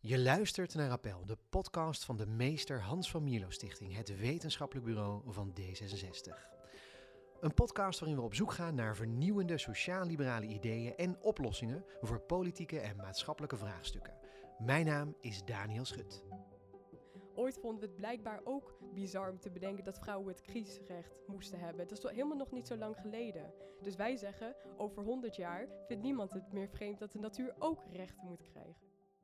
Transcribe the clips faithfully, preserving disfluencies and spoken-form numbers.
Je luistert naar Appel, de podcast van de Meester Hans van Mierlo Stichting, het wetenschappelijk bureau van D zesenzestig. Een podcast waarin we op zoek gaan naar vernieuwende sociaal-liberale ideeën en oplossingen voor politieke en maatschappelijke vraagstukken. Mijn naam is Daniel Schut. Ooit vonden we het blijkbaar ook bizar om te bedenken dat vrouwen het kiesrecht moesten hebben. Dat is toch helemaal nog niet zo lang geleden. Dus wij zeggen, over honderd jaar vindt niemand het meer vreemd dat de natuur ook rechten moet krijgen.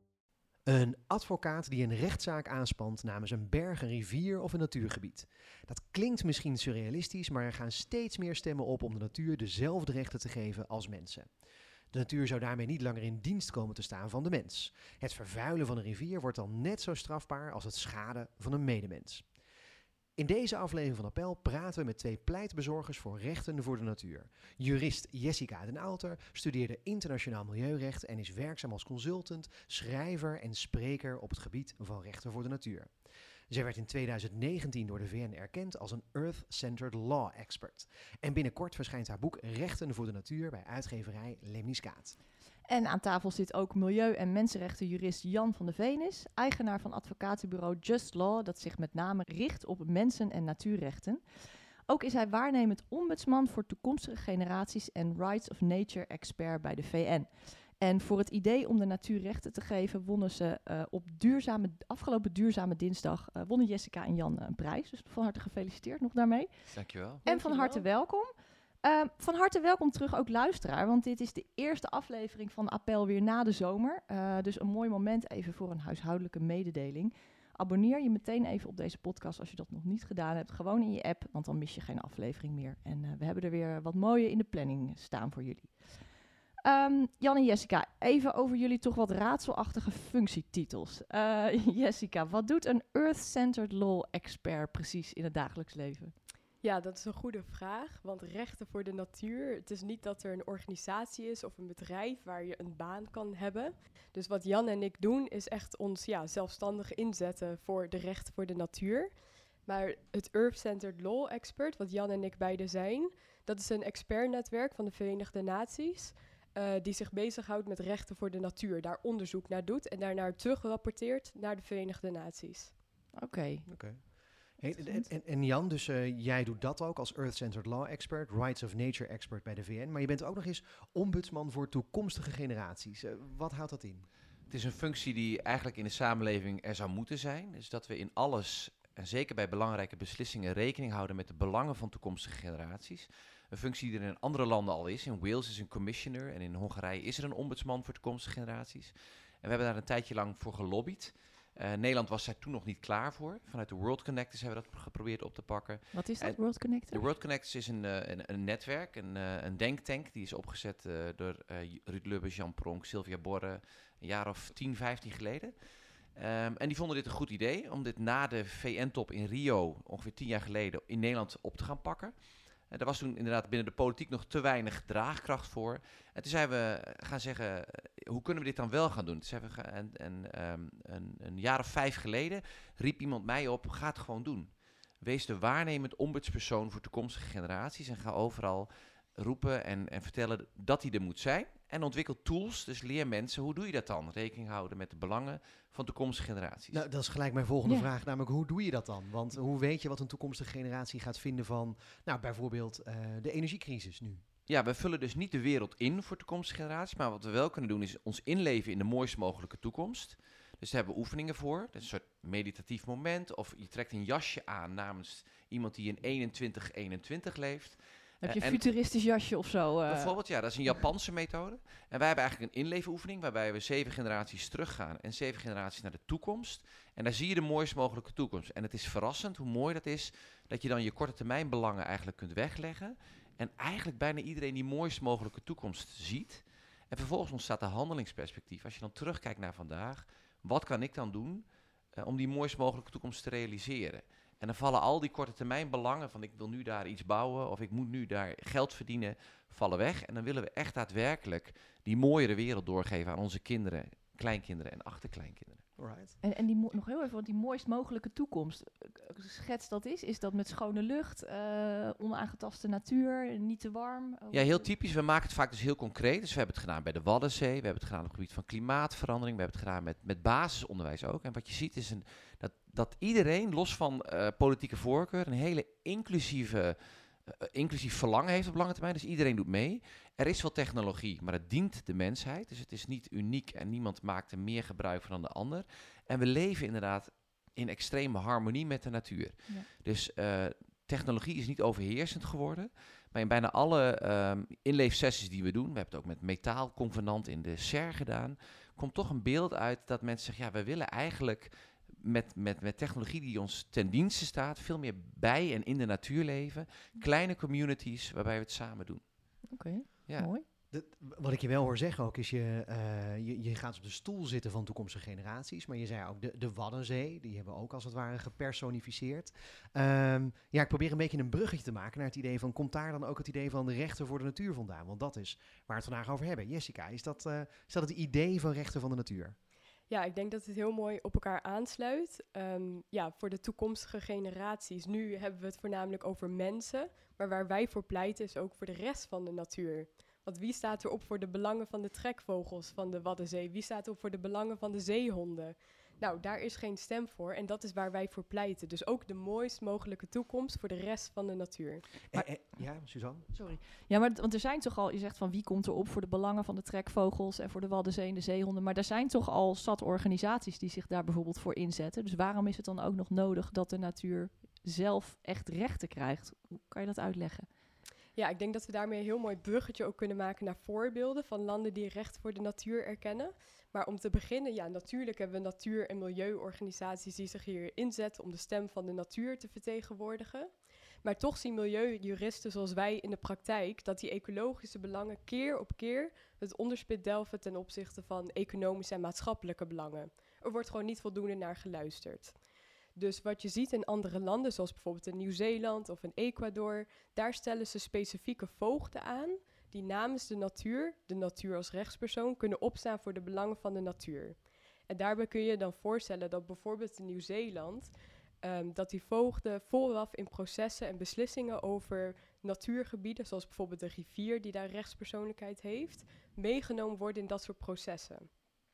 Een advocaat die een rechtszaak aanspant namens een berg, een rivier of een natuurgebied. Dat klinkt misschien surrealistisch, maar er gaan steeds meer stemmen op om de natuur dezelfde rechten te geven als mensen. De natuur zou daarmee niet langer in dienst komen te staan van de mens. Het vervuilen van een rivier wordt dan net zo strafbaar als het schaden van een medemens. In deze aflevering van Appel praten we met twee pleitbezorgers voor rechten voor de natuur. Jurist Jessica den Alter studeerde internationaal milieurecht en is werkzaam als consultant, schrijver en spreker op het gebied van rechten voor de natuur. Zij werd in tweeduizend negentien door de V N erkend als een Earth-Centered Law Expert. En binnenkort verschijnt haar boek Rechten voor de Natuur bij uitgeverij Lemniscaat. En aan tafel zit ook milieu- en mensenrechtenjurist Jan van de Veenis, eigenaar van advocatenbureau Just Law, dat zich met name richt op mensen- en natuurrechten. Ook is hij waarnemend ombudsman voor toekomstige generaties en Rights of Nature expert bij de V N. En voor het idee om de natuur rechten te geven wonnen ze uh, op duurzame, afgelopen duurzame dinsdag, uh, wonnen Jessica en Jan uh, een prijs. Dus van harte gefeliciteerd nog daarmee. Dankjewel. En Dankjewel. van harte welkom. Uh, van harte welkom terug ook luisteraar, want dit is de eerste aflevering van Appel weer na de zomer. Uh, dus een mooi moment even voor een huishoudelijke mededeling. Abonneer je meteen even op deze podcast als je dat nog niet gedaan hebt. Gewoon in je app, want dan mis je geen aflevering meer. En uh, we hebben er weer wat mooie in de planning staan voor jullie. Um, Jan en Jessica, even over jullie toch wat raadselachtige functietitels. Uh, Jessica, wat doet een Earth-Centered Law Expert precies in het dagelijks leven? Ja, dat is een goede vraag, want rechten voor de natuur, het is niet dat er een organisatie is of een bedrijf waar je een baan kan hebben. Dus wat Jan en ik doen is echt ons ja, zelfstandig inzetten voor de rechten voor de natuur. Maar het Earth-Centered Law Expert, wat Jan en ik beide zijn, dat is een expertnetwerk van de Verenigde Naties uh, die zich bezighoudt met rechten voor de natuur, daar onderzoek naar doet en daarnaar terugrapporteert naar de Verenigde Naties. Oké. Okay. Okay. Hey, en, en, en Jan, dus uh, jij doet dat ook als Earth-Centered Law Expert, Rights of Nature Expert bij de V N. Maar je bent ook nog eens ombudsman voor toekomstige generaties. Uh, wat houdt dat in? Het is een functie die eigenlijk in de samenleving er zou moeten zijn. Dus dat we in alles, en zeker bij belangrijke beslissingen, rekening houden met de belangen van toekomstige generaties. Een functie die er in andere landen al is. In Wales is een commissioner en in Hongarije is er een ombudsman voor toekomstige generaties. En we hebben daar een tijdje lang voor gelobbyd. Uh, Nederland was daar toen nog niet klaar voor. Vanuit de World Connectors hebben we dat geprobeerd op te pakken. Wat is dat, en World Connectors? De World Connectors is een, uh, een, een netwerk, een, uh, een denktank. Die is opgezet uh, door uh, Ruud Lubbers, Jan Pronk, Sylvia Borre, een jaar of tien, vijftien geleden. Um, en die vonden dit een goed idee om dit na de V N-top in Rio, ongeveer tien jaar geleden, in Nederland op te gaan pakken. Uh, daar was toen inderdaad binnen de politiek nog te weinig draagkracht voor. En toen zijn we gaan zeggen, uh, hoe kunnen we dit dan wel gaan doen? Toen zijn we ga- en, en, um, een, een jaar of vijf geleden riep iemand mij op, ga het gewoon doen. Wees de waarnemend ombudspersoon voor toekomstige generaties en ga overal roepen en, en vertellen dat hij er moet zijn. En ontwikkel tools, dus leer mensen, hoe doe je dat dan? Rekening houden met de belangen van toekomstige generaties. Nou, dat is gelijk mijn volgende Ja. vraag, namelijk hoe doe je dat dan? Want hoe weet je wat een toekomstige generatie gaat vinden van, nou bijvoorbeeld uh, de energiecrisis nu? Ja, we vullen dus niet de wereld in voor toekomstige generaties, maar wat we wel kunnen doen is ons inleven in de mooist mogelijke toekomst. Dus daar hebben we oefeningen voor. Dat is een soort meditatief moment. Of je trekt een jasje aan namens iemand die in eenentwintig eenentwintig leeft. Heb je Uh, een en futuristisch jasje of zo? Uh... Bijvoorbeeld, ja, dat is een Japanse methode. En wij hebben eigenlijk een inlevenoefening waarbij we zeven generaties teruggaan en zeven generaties naar de toekomst. En daar zie je de mooist mogelijke toekomst. En het is verrassend hoe mooi dat is, dat je dan je korte termijn belangen eigenlijk kunt wegleggen. En eigenlijk bijna iedereen die mooist mogelijke toekomst ziet. En vervolgens ontstaat een handelingsperspectief. Als je dan terugkijkt naar vandaag, wat kan ik dan doen uh, om die mooist mogelijke toekomst te realiseren? En dan vallen al die korte termijn belangen van ik wil nu daar iets bouwen of ik moet nu daar geld verdienen, vallen weg. En dan willen we echt daadwerkelijk die mooiere wereld doorgeven aan onze kinderen kleinkinderen en achterkleinkinderen. Alright. En, en die mo- nog heel even, want die mooist mogelijke toekomst. eh, Schets dat is. Is dat met schone lucht, eh, onaangetaste natuur, niet te warm? Oh, Ja, heel typisch. We maken het vaak dus heel concreet. Dus we hebben het gedaan bij de Waddenzee. We hebben het gedaan op het gebied van klimaatverandering. We hebben het gedaan met, met basisonderwijs ook. En wat je ziet is een, dat, dat iedereen, los van eh, politieke voorkeur, een hele inclusieve, eh, inclusief verlangen heeft op lange termijn. Dus iedereen doet mee. Er is wel technologie, maar het dient de mensheid. Dus het is niet uniek en niemand maakt er meer gebruik van dan de ander. En we leven inderdaad in extreme harmonie met de natuur. Ja. Dus uh, technologie is niet overheersend geworden. Maar in bijna alle um, inleefsessies die we doen, we hebben het ook met metaalconvenant in de S E R gedaan, komt toch een beeld uit dat mensen zeggen, ja, we willen eigenlijk met, met, met technologie die ons ten dienste staat, veel meer bij en in de natuur leven. Kleine communities waarbij we het samen doen. Oké, okay, ja. mooi. De, wat ik je wel hoor zeggen ook is, je, uh, je, je gaat op de stoel zitten van toekomstige generaties. Maar je zei ook, de, de Waddenzee, die hebben we ook als het ware gepersonificeerd. Um, ja, ik probeer een beetje een bruggetje te maken naar het idee van, komt daar dan ook het idee van de rechten voor de natuur vandaan? Want dat is waar we het vandaag over hebben. Jessica, is dat, uh, is dat het idee van rechten van de natuur? Ja, ik denk dat het heel mooi op elkaar aansluit. Um, ja, voor de toekomstige generaties. Nu hebben we het voornamelijk over mensen. Maar waar wij voor pleiten is ook voor de rest van de natuur. Want wie staat er op voor de belangen van de trekvogels van de Waddenzee? Wie staat er op voor de belangen van de zeehonden? Nou, daar is geen stem voor en dat is waar wij voor pleiten. Dus ook de mooist mogelijke toekomst voor de rest van de natuur. Maar, eh, eh, ja, Suzanne? Sorry. Ja, maar want er zijn toch al, je zegt van wie komt er op voor de belangen van de trekvogels en voor de Waddenzee en de zeehonden. Maar er zijn toch al zat organisaties die zich daar bijvoorbeeld voor inzetten. Dus waarom is het dan ook nog nodig dat de natuur zelf echt rechten krijgt? Hoe kan je dat uitleggen? Ja, ik denk dat we daarmee een heel mooi bruggetje ook kunnen maken naar voorbeelden van landen die recht voor de natuur erkennen. Maar om te beginnen, ja, natuurlijk hebben we natuur- en milieuorganisaties die zich hier inzetten om de stem van de natuur te vertegenwoordigen. Maar toch zien milieujuristen zoals wij in de praktijk dat die ecologische belangen keer op keer het onderspit delven ten opzichte van economische en maatschappelijke belangen. Er wordt gewoon niet voldoende naar geluisterd. Dus wat je ziet in andere landen, zoals bijvoorbeeld in Nieuw-Zeeland of in Ecuador, daar stellen ze specifieke voogden aan die namens de natuur, de natuur als rechtspersoon, kunnen opstaan voor de belangen van de natuur. En daarbij kun je dan voorstellen dat bijvoorbeeld in Nieuw-Zeeland, um, dat die voogden vooraf in processen en beslissingen over natuurgebieden, zoals bijvoorbeeld de rivier die daar rechtspersoonlijkheid heeft, meegenomen worden in dat soort processen.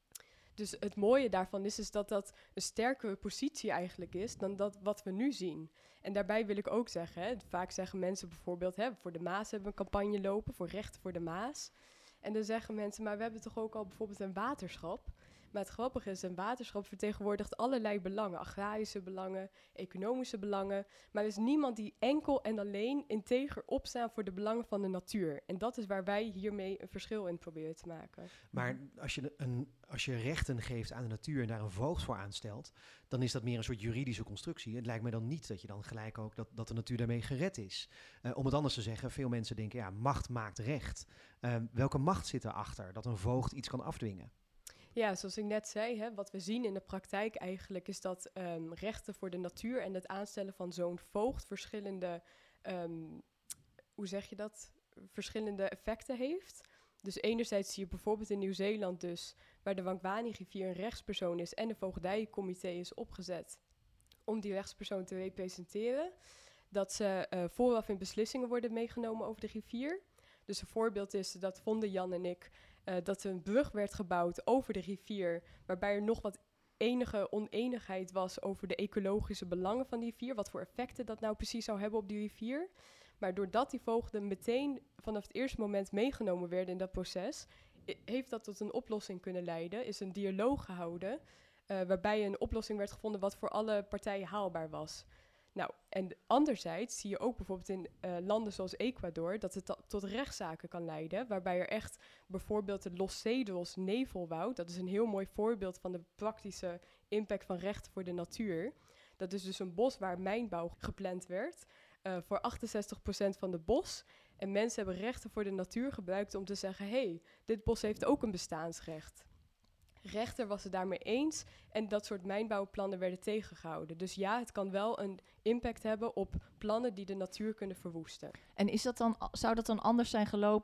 Dus het mooie daarvan is, is dat dat een sterkere positie eigenlijk is dan dat wat we nu zien. En daarbij wil ik ook zeggen, hè, vaak zeggen mensen bijvoorbeeld, hè, voor de Maas hebben we een campagne lopen, voor rechten voor de Maas. En dan zeggen mensen, maar we hebben toch ook al bijvoorbeeld een waterschap. Maar het grappige is, een waterschap vertegenwoordigt allerlei belangen. Agrarische belangen, economische belangen. Maar er is niemand die enkel en alleen integer opstaan voor de belangen van de natuur. En dat is waar wij hiermee een verschil in proberen te maken. Maar als je, een, als je rechten geeft aan de natuur en daar een voogd voor aanstelt, dan is dat meer een soort juridische constructie. Het lijkt mij dan niet dat je dan gelijk ook dat, dat de natuur daarmee gered is. Uh, om het anders te zeggen, veel mensen denken, ja, macht maakt recht. Uh, welke macht zit erachter dat een voogd iets kan afdwingen? Ja, zoals ik net zei, hè, wat we zien in de praktijk eigenlijk is dat um, rechten voor de natuur en het aanstellen van zo'n voogd verschillende, um, hoe zeg je dat, verschillende effecten heeft. Dus enerzijds zie je bijvoorbeeld in Nieuw-Zeeland dus, waar de Wangwani-rivier een rechtspersoon is en een voogdijencomité is opgezet om die rechtspersoon te representeren, dat ze uh, vooraf in beslissingen worden meegenomen over de rivier. Dus een voorbeeld is, dat vonden Jan en ik, uh, dat er een brug werd gebouwd over de rivier, waarbij er nog wat enige oneenigheid was over de ecologische belangen van die rivier, wat voor effecten dat nou precies zou hebben op die rivier. Maar doordat die voogden meteen vanaf het eerste moment meegenomen werden in dat proces, i- heeft dat tot een oplossing kunnen leiden, is een dialoog gehouden, uh, waarbij een oplossing werd gevonden wat voor alle partijen haalbaar was. Nou, en anderzijds zie je ook bijvoorbeeld in uh, landen zoals Ecuador dat het ta- tot rechtszaken kan leiden, waarbij er echt bijvoorbeeld het Los Cedros nevelwoud, dat is een heel mooi voorbeeld van de praktische impact van rechten voor de natuur. Dat is dus een bos waar mijnbouw gepland werd, uh, voor achtenzestig procent van de bos. En mensen hebben rechten voor de natuur gebruikt om te zeggen, hé, hey, dit bos heeft ook een bestaansrecht. Rechter was het daarmee eens en dat soort mijnbouwplannen werden tegengehouden. Dus ja, het kan wel een impact hebben op plannen die de natuur kunnen verwoesten. En is dat dan, zou dat dan anders zijn gelopen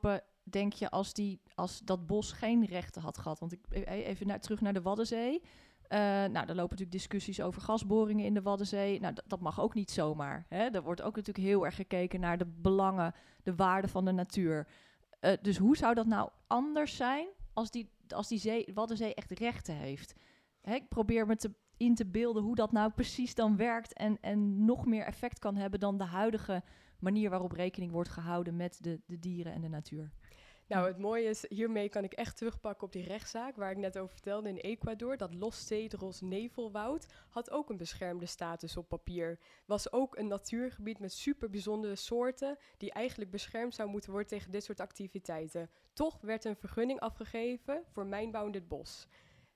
denk je als, die, als dat bos geen rechten had gehad? Want ik even naar, terug naar de Waddenzee. Uh, nou, er lopen natuurlijk discussies over gasboringen in de Waddenzee. Nou, d- dat mag ook niet zomaar. Hè? Er wordt ook natuurlijk heel erg gekeken naar de belangen, de waarde van de natuur. Uh, dus hoe zou dat nou anders zijn als die, als die zee, Waddenzee echt rechten heeft? Hè, ik probeer me te, in te beelden hoe dat nou precies dan werkt en, en nog meer effect kan hebben dan de huidige manier waarop rekening wordt gehouden met de, de dieren en de natuur. Nou, het mooie is, hiermee kan ik echt terugpakken op die rechtszaak waar ik net over vertelde in Ecuador. Dat Los Cedros nevelwoud had ook een beschermde status op papier. Was ook een natuurgebied met super bijzondere soorten die eigenlijk beschermd zou moeten worden tegen dit soort activiteiten. Toch werd een vergunning afgegeven voor mijnbouw in dit bos.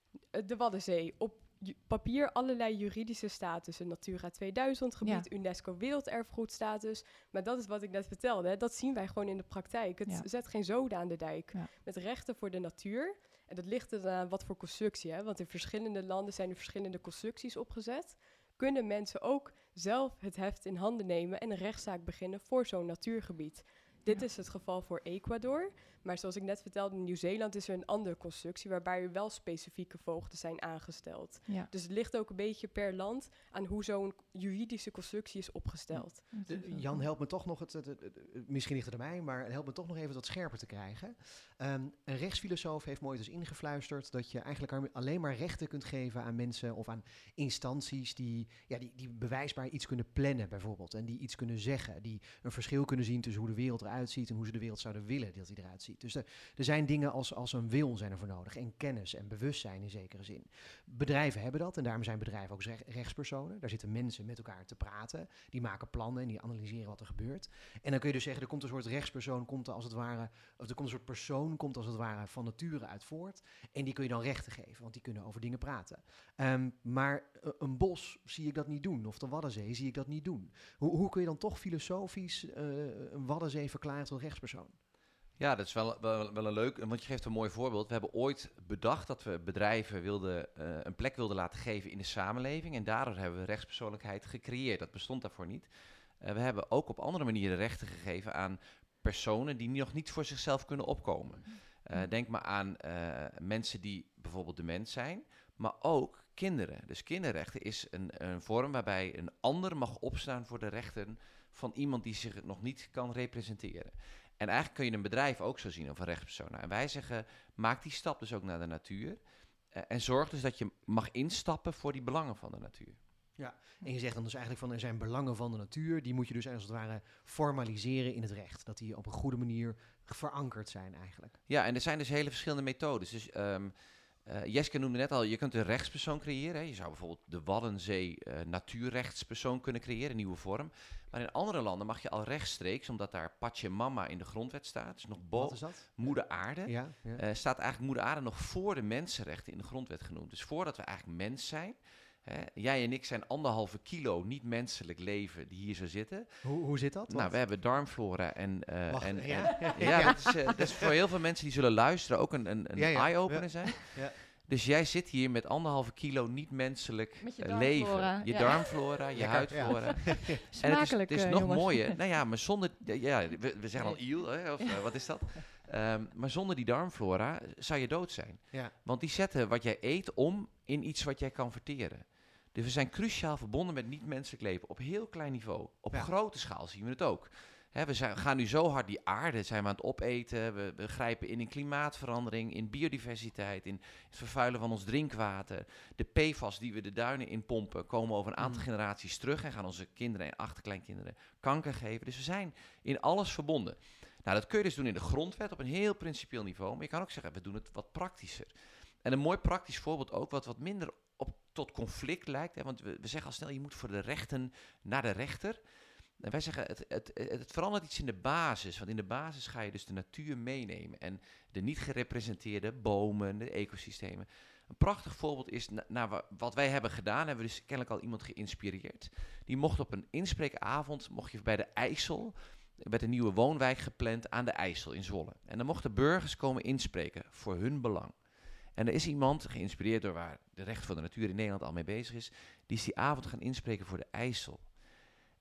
De Waddenzee, op ju- papier allerlei juridische statussen. Natura tweeduizend gebied, Ja. UNESCO werelderfgoedstatus. Maar dat is wat ik net vertelde. Hè. Dat zien wij gewoon in de praktijk. Het Ja. zet geen zoden aan de dijk. Ja. Met rechten voor de natuur. En dat ligt er aan wat voor constructie. Hè. Want in verschillende landen zijn er verschillende constructies opgezet. Kunnen mensen ook zelf het heft in handen nemen en een rechtszaak beginnen voor zo'n natuurgebied. Dit Ja. is het geval voor Ecuador. Maar zoals ik net vertelde, in Nieuw-Zeeland is er een andere constructie waarbij er wel specifieke voogden zijn aangesteld. Ja. Dus het ligt ook een beetje per land aan hoe zo'n juridische constructie is opgesteld. De- Jan, help me toch nog, het, het, het- het- misschien ligt het aan mij, maar help me toch nog even wat scherper te krijgen. Um, een rechtsfilosoof heeft mooi dus ingefluisterd dat je eigenlijk ar- alleen maar rechten kunt geven aan mensen of aan instanties die, ja, die, die bewijsbaar iets kunnen plannen bijvoorbeeld. En die iets kunnen zeggen, die een verschil kunnen zien tussen hoe de wereld eruit ziet en hoe ze de wereld zouden willen dat die eruit ziet. Dus er, er zijn dingen als, als een wil zijn er voor nodig en kennis en bewustzijn in zekere zin. Bedrijven hebben dat en daarom zijn bedrijven ook rech- rechtspersonen. Daar zitten mensen met elkaar te praten, die maken plannen en die analyseren wat er gebeurt. En dan kun je dus zeggen, er komt een soort rechtspersoon, komt er als het ware, of er komt een soort persoon, komt als het ware van nature uit voort. En die kun je dan rechten geven, want die kunnen over dingen praten. Um, maar uh, een bos zie ik dat niet doen, of de Waddenzee zie ik dat niet doen. Hoe, hoe kun je dan toch filosofisch uh, een Waddenzee verklaren tot rechtspersoon? Ja, dat is wel, wel, wel een leuk, want je geeft een mooi voorbeeld. We hebben ooit bedacht dat we bedrijven wilden, uh, een plek wilden laten geven in de samenleving. En daardoor hebben we rechtspersoonlijkheid gecreëerd. Dat bestond daarvoor niet. Uh, we hebben ook op andere manieren rechten gegeven aan personen die nog niet voor zichzelf kunnen opkomen. Uh, denk maar aan uh, mensen die bijvoorbeeld dement zijn, maar ook kinderen. Dus kinderrechten is een, een vorm waarbij een ander mag opstaan voor de rechten van iemand die zich nog niet kan representeren. En eigenlijk kun je een bedrijf ook zo zien of een rechtspersoon. Nou, en wij zeggen, maak die stap dus ook naar de natuur. Uh, en zorg dus dat je mag instappen voor die belangen van de natuur. Ja, en je zegt dan dus eigenlijk van er zijn belangen van de natuur. Die moet je dus als het ware formaliseren in het recht. Dat die op een goede manier verankerd zijn eigenlijk. Ja, en er zijn dus hele verschillende methodes. Dus um, uh, Jeske noemde net al, je kunt een rechtspersoon creëren. Hè. Je zou bijvoorbeeld de Waddenzee uh, natuurrechtspersoon kunnen creëren, een nieuwe vorm. Maar in andere landen mag je al rechtstreeks, omdat daar Pachamama in de grondwet staat. Dus nog boven. Wat is dat? Moeder Aarde. Ja, ja. Uh, staat eigenlijk Moeder Aarde nog voor de mensenrechten in de grondwet genoemd. Dus voordat we eigenlijk mens zijn. Hè, jij en ik zijn anderhalve kilo niet-menselijk leven die hier zo zitten. Hoe, hoe zit dat? Nou, we hebben darmflora en... Uh, Wacht, en, ja. en ja, dat is, uh, dat is voor heel veel mensen die zullen luisteren ook een, een, een Ja, ja, eye-opener ja. zijn. Ja. Dus jij zit hier met anderhalve kilo niet-menselijk Met je uh, darmflora, leven. Je ja. darmflora, je Lekker, huidflora. En het is, Smakelijk, het is uh, nog jongens. mooier. Nou ja, maar zonder... Ja, we, we zeggen al eel, hè, of uh, wat is dat? Um, maar zonder die darmflora zou je dood zijn. Ja. Want die zetten wat jij eet om in iets wat jij kan verteren. Dus we zijn cruciaal verbonden met niet-menselijk leven op heel klein niveau. Op Ja. grote schaal zien we het ook. Hè, we zijn, gaan nu zo hard die aarde zijn we aan het opeten. We, we grijpen in in klimaatverandering, in biodiversiteit, in het vervuilen van ons drinkwater. De P F A S die we de duinen inpompen komen over een aantal Mm. generaties terug en gaan onze kinderen en achterkleinkinderen kanker geven. Dus we zijn in alles verbonden. Nou, dat kun je dus doen in de grondwet op een heel principieel niveau. Maar je kan ook zeggen, we doen het wat praktischer. En een mooi praktisch voorbeeld ook, wat wat minder op, tot conflict lijkt. Hè, want we, we zeggen al snel, je moet voor de rechten naar de rechter. En wij zeggen, het, het, het, het verandert iets in de basis. Want in de basis ga je dus de natuur meenemen. En de niet gerepresenteerde bomen, de ecosystemen. Een prachtig voorbeeld is, na, na wat wij hebben gedaan, hebben we dus kennelijk al iemand geïnspireerd. Die mocht op een inspreekavond, mocht je bij de IJssel... Er werd een nieuwe woonwijk gepland aan de IJssel in Zwolle. En dan mochten burgers komen inspreken voor hun belang. En er is iemand, geïnspireerd door waar de Recht voor de Natuur in Nederland al mee bezig is, die is die avond gaan inspreken voor de IJssel.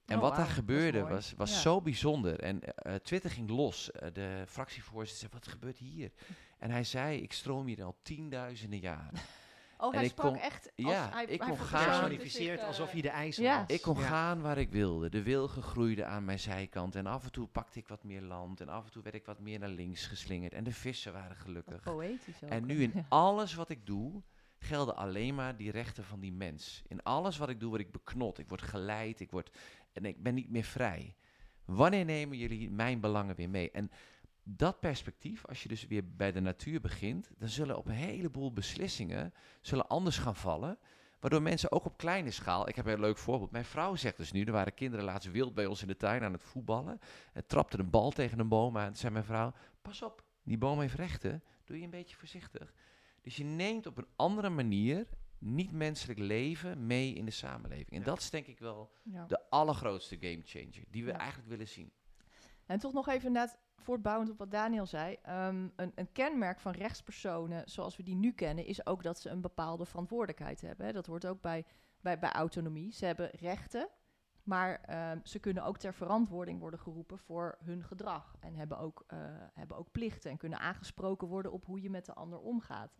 En Oh, wat wauw, daar dat is gebeurde mooi. was, was Ja. zo bijzonder. En uh, Twitter ging los. Uh, de fractievoorzitter zei, wat gebeurt hier? En hij zei, ik stroom hier al tienduizenden jaren. Oh, En hij ik sprak kon- echt... ja, Als, hij, ik hij kon gaan- verpersoonlijkte Personificeerd zich, eh, alsof hij de IJssel ja. was. Ik kon Ja. gaan waar ik wilde. De wilgen groeiden aan mijn zijkant. En af en toe pakte ik wat meer land. En af en toe werd ik wat meer naar links geslingerd. En de vissen waren gelukkig. Poëtisch ook. En nu in alles wat ik doe, gelden alleen maar die rechten van die mens. In alles wat ik doe, word ik beknot. Ik word geleid. Ik word, en ik ben niet meer vrij. Wanneer nemen jullie mijn belangen weer mee? En dat perspectief, als je dus weer bij de natuur begint, dan zullen op een heleboel beslissingen zullen anders gaan vallen. Waardoor mensen ook op kleine schaal... Ik heb een heel leuk voorbeeld. Mijn vrouw zegt dus nu... Er waren kinderen laatst wild bij ons in de tuin aan het voetballen. En trapte een bal tegen een boom aan. En toen zei mijn vrouw... Pas op, die boom heeft rechten. Doe je een beetje voorzichtig. Dus je neemt op een andere manier... niet-menselijk leven mee in de samenleving. En Ja. dat is denk ik wel Ja. de allergrootste gamechanger... die we Ja. eigenlijk willen zien. En toch nog even net voortbouwend op wat Daniel zei. Um, een, een kenmerk van rechtspersonen zoals we die nu kennen... is ook dat ze een bepaalde verantwoordelijkheid hebben. Hè. Dat hoort ook bij, bij, bij autonomie. Ze hebben rechten, maar um, ze kunnen ook ter verantwoording worden geroepen... voor hun gedrag. En hebben ook, uh, hebben ook plichten en kunnen aangesproken worden... op hoe je met de ander omgaat.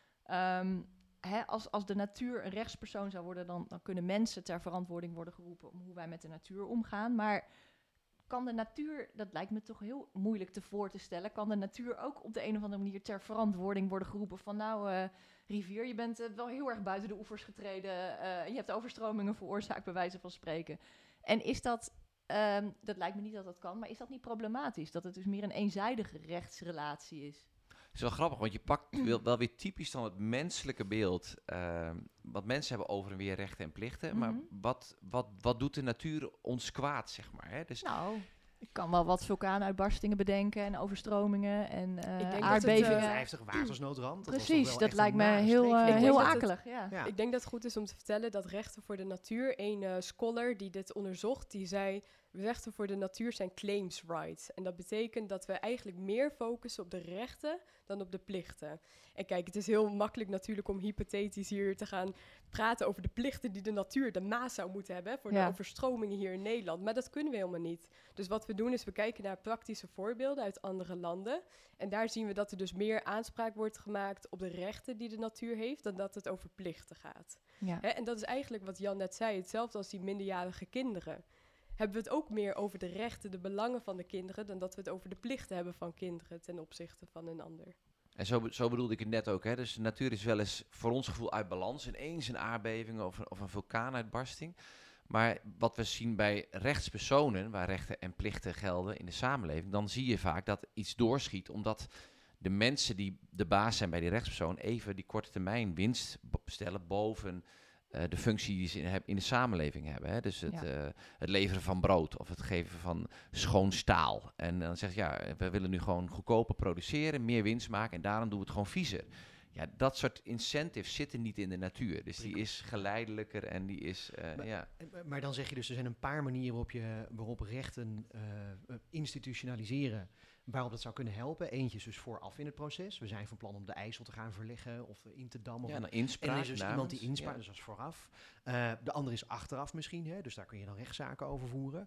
Um, hè, als, als de natuur een rechtspersoon zou worden... Dan, dan kunnen mensen ter verantwoording worden geroepen... om hoe wij met de natuur omgaan, maar... Kan de natuur, dat lijkt me toch heel moeilijk te voor te stellen... kan de natuur ook op de een of andere manier ter verantwoording worden geroepen... van nou, uh, rivier, je bent uh, wel heel erg buiten de oevers getreden... Uh, je hebt overstromingen veroorzaakt, bij wijze van spreken. En is dat, um, dat lijkt me niet dat dat kan... maar is dat niet problematisch? Dat het dus meer een eenzijdige rechtsrelatie is? Het is wel grappig, want je pakt wel, wel weer typisch dan het menselijke beeld... Uh, wat mensen hebben over en weer rechten en plichten... Mm-hmm. maar wat, wat, wat doet de natuur ons kwaad, zeg maar. Hè? Dus Nou, ik kan wel wat vulkaanuitbarstingen bedenken... en overstromingen en uh, Ik denk dat het, aardbevingen. uh, vijftig watersnoodramp. Dat was toch Precies, wel dat echt lijkt een me nare heel, streek. uh, Ik denk heel dat het- akelig. Ja. Ja. Ik denk dat het goed is om te vertellen dat Rechten voor de Natuur, een uh, scholar die dit onderzocht, die zei, rechten voor de natuur zijn claims rights. En dat betekent dat we eigenlijk meer focussen op de rechten dan op de plichten. En kijk, het is heel makkelijk natuurlijk om hypothetisch hier te gaan praten over de plichten die de natuur, de Maas, zou moeten hebben voor Ja. de overstromingen hier in Nederland. Maar dat kunnen we helemaal niet. Dus wat we doen is we kijken naar praktische voorbeelden uit andere landen. En daar zien we dat er dus meer aanspraak wordt gemaakt op de rechten die de natuur heeft, dan dat het over plichten gaat. Ja. Hè, en dat is eigenlijk wat Jan net zei, hetzelfde als die minderjarige kinderen. Hebben we het ook meer over de rechten, de belangen van de kinderen, dan dat we het over de plichten hebben van kinderen ten opzichte van een ander. En zo, be- zo bedoelde ik het net ook. Hè? Dus de natuur is wel eens voor ons gevoel uit balans. Ineens een aardbeving of, een- of een vulkaanuitbarsting. Maar wat we zien bij rechtspersonen, waar rechten en plichten gelden in de samenleving, dan zie je vaak dat iets doorschiet, omdat de mensen die de baas zijn bij die rechtspersoon even die korte termijn winst b- stellen boven uh, de functie die ze in, heb- in de samenleving hebben. Hè? Dus het, Ja. uh, het leveren van brood of het geven van schoon staal. En dan zegt ja, we willen nu gewoon goedkoper produceren, meer winst maken en daarom doen we het gewoon viezer. Ja, dat soort incentives zitten niet in de natuur. Dus die is geleidelijker en die is, uh, Maar- ja... Eh, Maar dan zeg je dus, er zijn een paar manieren waarop, je, waarop rechten uh, institutionaliseren, waarop dat zou kunnen helpen. Eentje is dus vooraf in het proces. We zijn van plan om de IJssel te gaan verleggen of in te dammen. Ja, of dan en inspraak er is dus iemand die namens, inspraakt, ja. dus dat is vooraf. Uh, de andere is achteraf misschien, hè? Dus daar kun je dan rechtszaken over voeren.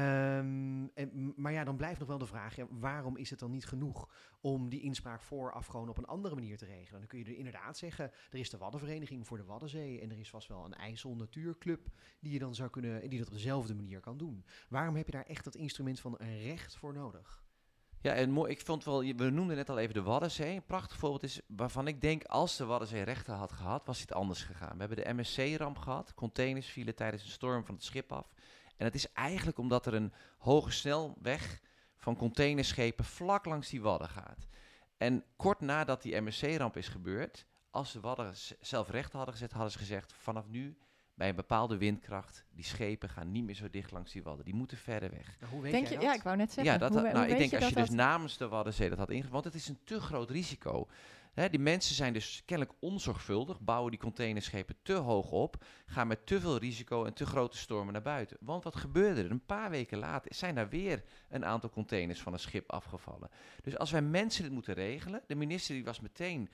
Um, en, maar ja, dan blijft nog wel de vraag, ja, waarom is het dan niet genoeg om die inspraak vooraf gewoon op een andere manier te regelen? Dan kun je er inderdaad zeggen, er is de Waddenvereniging voor de Waddenzee en er is vast wel een IJssel Natuurclub die je dan zou kunnen, die dat op dezelfde manier kan doen. Waarom heb je daar echt dat instrument van een recht voor nodig? Ja, en mooi, ik vond wel, we noemden net al even de Waddenzee. Een prachtig voorbeeld is waarvan ik denk, als de Waddenzee rechten had gehad, was dit anders gegaan. We hebben de M S C-ramp gehad. Containers vielen tijdens een storm van het schip af. En het is eigenlijk omdat er een hoge snelweg van containerschepen vlak langs die Wadden gaat. En kort nadat die M S C-ramp is gebeurd, als de Wadden z- zelf rechten hadden gezet, hadden ze gezegd, vanaf nu, bij een bepaalde windkracht, die schepen gaan niet meer zo dicht langs die Wadden. Die moeten verder weg. Nou, hoe weet Denk jij je, dat? ja, ik wou net zeggen. Ja, dat, hoe, had- hoe nou, ik weet denk je als je dat dus dat- namens de Waddenzee dat had ingevoerd, want het is een te groot risico. Hè, die mensen zijn dus kennelijk onzorgvuldig, bouwen die containerschepen te hoog op, gaan met te veel risico en te grote stormen naar buiten. Want wat gebeurde er? Een paar weken later zijn daar weer een aantal containers van een schip afgevallen. Dus als wij mensen dit moeten regelen, de minister die was meteen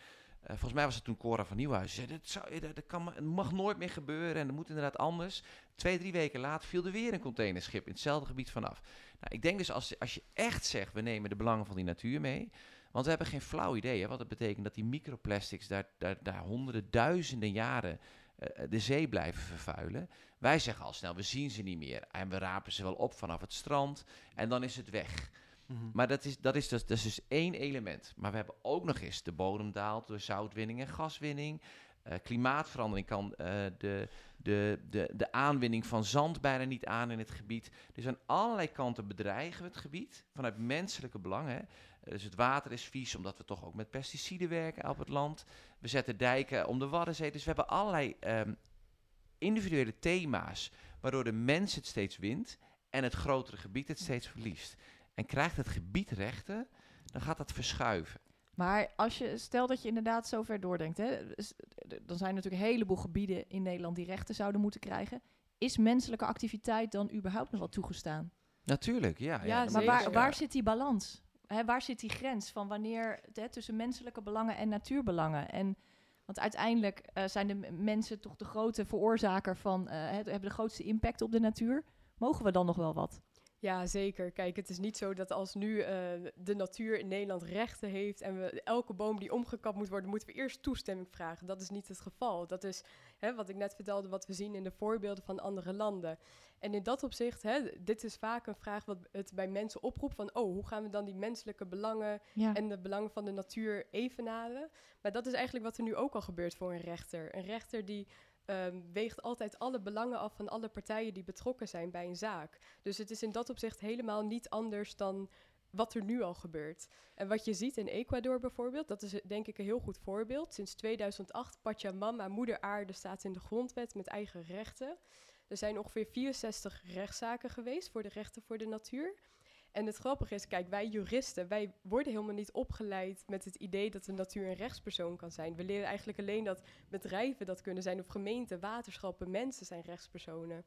Uh, volgens mij was het toen Cora van Nieuwhuizen. Ze zei, dat, zou, dat, dat kan, het mag nooit meer gebeuren en dat moet inderdaad anders. Twee, drie weken later viel er weer een containerschip in hetzelfde gebied vanaf. Nou, ik denk dus als, als je echt zegt, we nemen de belangen van die natuur mee. Want we hebben geen flauw idee hè, wat het betekent dat die microplastics daar, daar, daar honderden, duizenden jaren uh, de zee blijven vervuilen. Wij zeggen al snel, we zien ze niet meer. En we rapen ze wel op vanaf het strand en dan is het weg. Mm-hmm. Maar dat is, dat, is dus, dat is dus één element. Maar we hebben ook nog eens de bodem daalt door zoutwinning en gaswinning. Uh, klimaatverandering kan uh, de, de, de, de aanwinning van zand bijna niet aan in het gebied. Dus aan allerlei kanten bedreigen we het gebied vanuit menselijke belangen. Hè. Uh, dus het water is vies, omdat we toch ook met pesticiden werken op het land. We zetten dijken om de Waddenzee. Dus we hebben allerlei um, individuele thema's, waardoor de mens het steeds wint en het grotere gebied het steeds verliest. En krijgt het gebied rechten, dan gaat dat verschuiven. Maar als je, stel dat je inderdaad zo ver doordenkt, hè, dan zijn er natuurlijk een heleboel gebieden in Nederland die rechten zouden moeten krijgen. Is menselijke activiteit dan überhaupt nog wel toegestaan? Natuurlijk, ja. ja, ja maar waar, ja. waar zit die balans? Hè, waar zit die grens van wanneer hè, tussen menselijke belangen en natuurbelangen? En, want uiteindelijk uh, zijn de m- mensen toch de grote veroorzaker van, uh, hebben de grootste impact op de natuur. Mogen we dan nog wel wat? Ja, zeker. Kijk, het is niet zo dat als nu uh, de natuur in Nederland rechten heeft en we elke boom die omgekapt moet worden, moeten we eerst toestemming vragen. Dat is niet het geval. Dat is hè, wat ik net vertelde, wat we zien in de voorbeelden van andere landen. En in dat opzicht, hè, dit is vaak een vraag wat het bij mensen oproept van, oh, hoe gaan we dan die menselijke belangen ja. en de belangen van de natuur evenaren? Maar dat is eigenlijk wat er nu ook al gebeurt voor een rechter. Een rechter die Um, weegt altijd alle belangen af van alle partijen die betrokken zijn bij een zaak. Dus het is in dat opzicht helemaal niet anders dan wat er nu al gebeurt. En wat je ziet in Ecuador bijvoorbeeld, dat is denk ik een heel goed voorbeeld. Sinds tweeduizend acht, Pachamama, moeder aarde, staat in de grondwet met eigen rechten. Er zijn ongeveer vierenzestig rechtszaken geweest voor de rechten voor de natuur. En het grappige is, kijk, wij juristen, wij worden helemaal niet opgeleid met het idee dat de natuur een rechtspersoon kan zijn. We leren eigenlijk alleen dat bedrijven dat kunnen zijn, of gemeenten, waterschappen, mensen zijn rechtspersonen.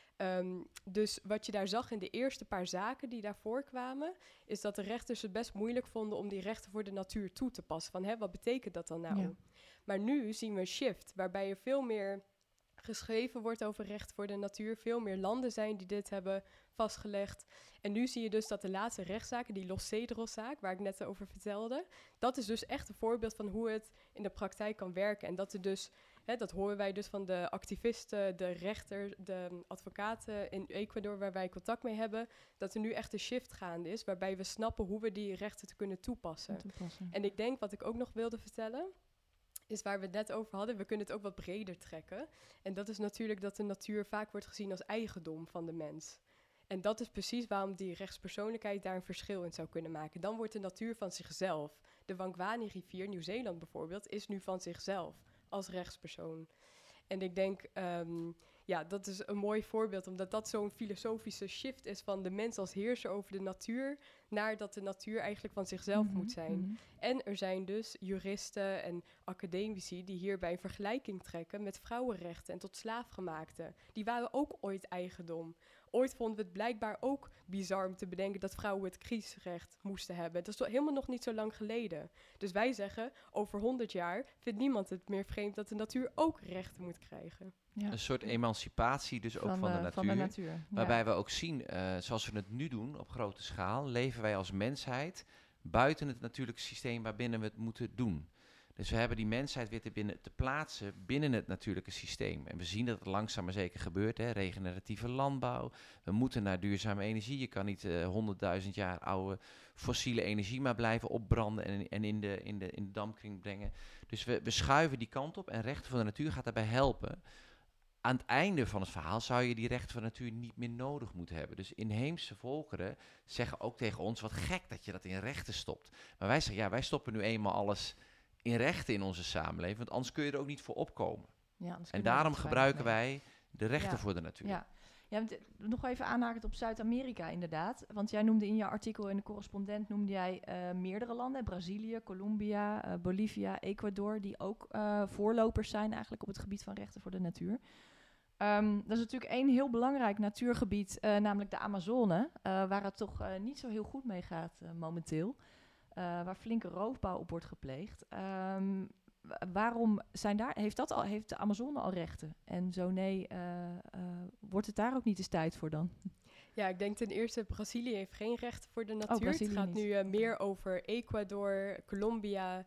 Um, dus wat je daar zag in de eerste paar zaken die daarvoor kwamen, is dat de rechters het best moeilijk vonden om die rechten voor de natuur toe te passen. Van, hè, wat betekent dat dan nou? Ja. Maar nu zien we een shift, waarbij er veel meer geschreven wordt over recht voor de natuur. Veel meer landen zijn die dit hebben vastgelegd. En nu zie je dus dat de laatste rechtszaken, die Los Cedros-zaak, waar ik net over vertelde, dat is dus echt een voorbeeld van hoe het in de praktijk kan werken. En dat er dus, hè, dat horen wij dus van de activisten, de rechters, de advocaten in Ecuador, waar wij contact mee hebben, dat er nu echt een shift gaande is, waarbij we snappen hoe we die rechten te kunnen toepassen. toepassen. En ik denk, wat ik ook nog wilde vertellen, is waar we het net over hadden, we kunnen het ook wat breder trekken. En dat is natuurlijk dat de natuur vaak wordt gezien als eigendom van de mens. En dat is precies waarom die rechtspersoonlijkheid daar een verschil in zou kunnen maken. Dan wordt de natuur van zichzelf. De Wangwani-rivier, Nieuw-Zeeland bijvoorbeeld, is nu van zichzelf als rechtspersoon. En ik denk, um, ja, dat is een mooi voorbeeld, omdat dat zo'n filosofische shift is van de mens als heerser over de natuur, naar dat de natuur eigenlijk van zichzelf mm-hmm. moet zijn. Mm-hmm. En er zijn dus juristen en academici die hierbij een vergelijking trekken met vrouwenrechten en tot slaafgemaakten. Die waren ook ooit eigendom. Ooit vonden we het blijkbaar ook bizar om te bedenken dat vrouwen het kiesrecht moesten hebben. Dat is helemaal nog niet zo lang geleden. Dus wij zeggen, over honderd jaar vindt niemand het meer vreemd dat de natuur ook rechten moet krijgen. Ja. Een soort emancipatie dus ook van, van, de, de, natuur, van de natuur. Ja. Waarbij we ook zien, uh, zoals we het nu doen op grote schaal, leven wij als mensheid buiten het natuurlijke systeem waarbinnen we het moeten doen. Dus we hebben die mensheid weer te, binnen, te plaatsen binnen het natuurlijke systeem. En we zien dat het langzaam maar zeker gebeurt. Hè? Regeneratieve landbouw. We moeten naar duurzame energie. Je kan niet honderdduizend uh, jaar oude fossiele energie maar blijven opbranden en, en in, de, in, de, in de dampkring brengen. Dus we, we schuiven die kant op en rechten van de natuur gaat daarbij helpen. Aan het einde van het verhaal zou je die rechten van de natuur niet meer nodig moeten hebben. Dus inheemse volkeren zeggen ook tegen ons, wat gek dat je dat in rechten stopt. Maar wij zeggen, ja, wij stoppen nu eenmaal alles in rechten in onze samenleving, want anders kun je er ook niet voor opkomen. Ja, en daarom gebruiken wij de rechten ja. voor de natuur. Ja. Ja, nog even aanhakend op Zuid-Amerika inderdaad. Want jij noemde in je artikel in de correspondent, noemde jij uh, meerdere landen. Brazilië, Colombia, uh, Bolivia, Ecuador, die ook uh, voorlopers zijn eigenlijk op het gebied van rechten voor de natuur. Um, dat is natuurlijk één heel belangrijk natuurgebied, uh, namelijk de Amazone, uh, waar het toch uh, niet zo heel goed mee gaat uh, momenteel. Uh, waar flinke roofbouw op wordt gepleegd. Um, wa- waarom zijn daar, heeft, dat al, heeft de Amazone al rechten? En zo nee, uh, uh, wordt het daar ook niet eens tijd voor dan? Ja, ik denk ten eerste, Brazilië heeft geen rechten voor de natuur. Oh, Brazilië het gaat niet. nu uh, meer over Ecuador, Colombia.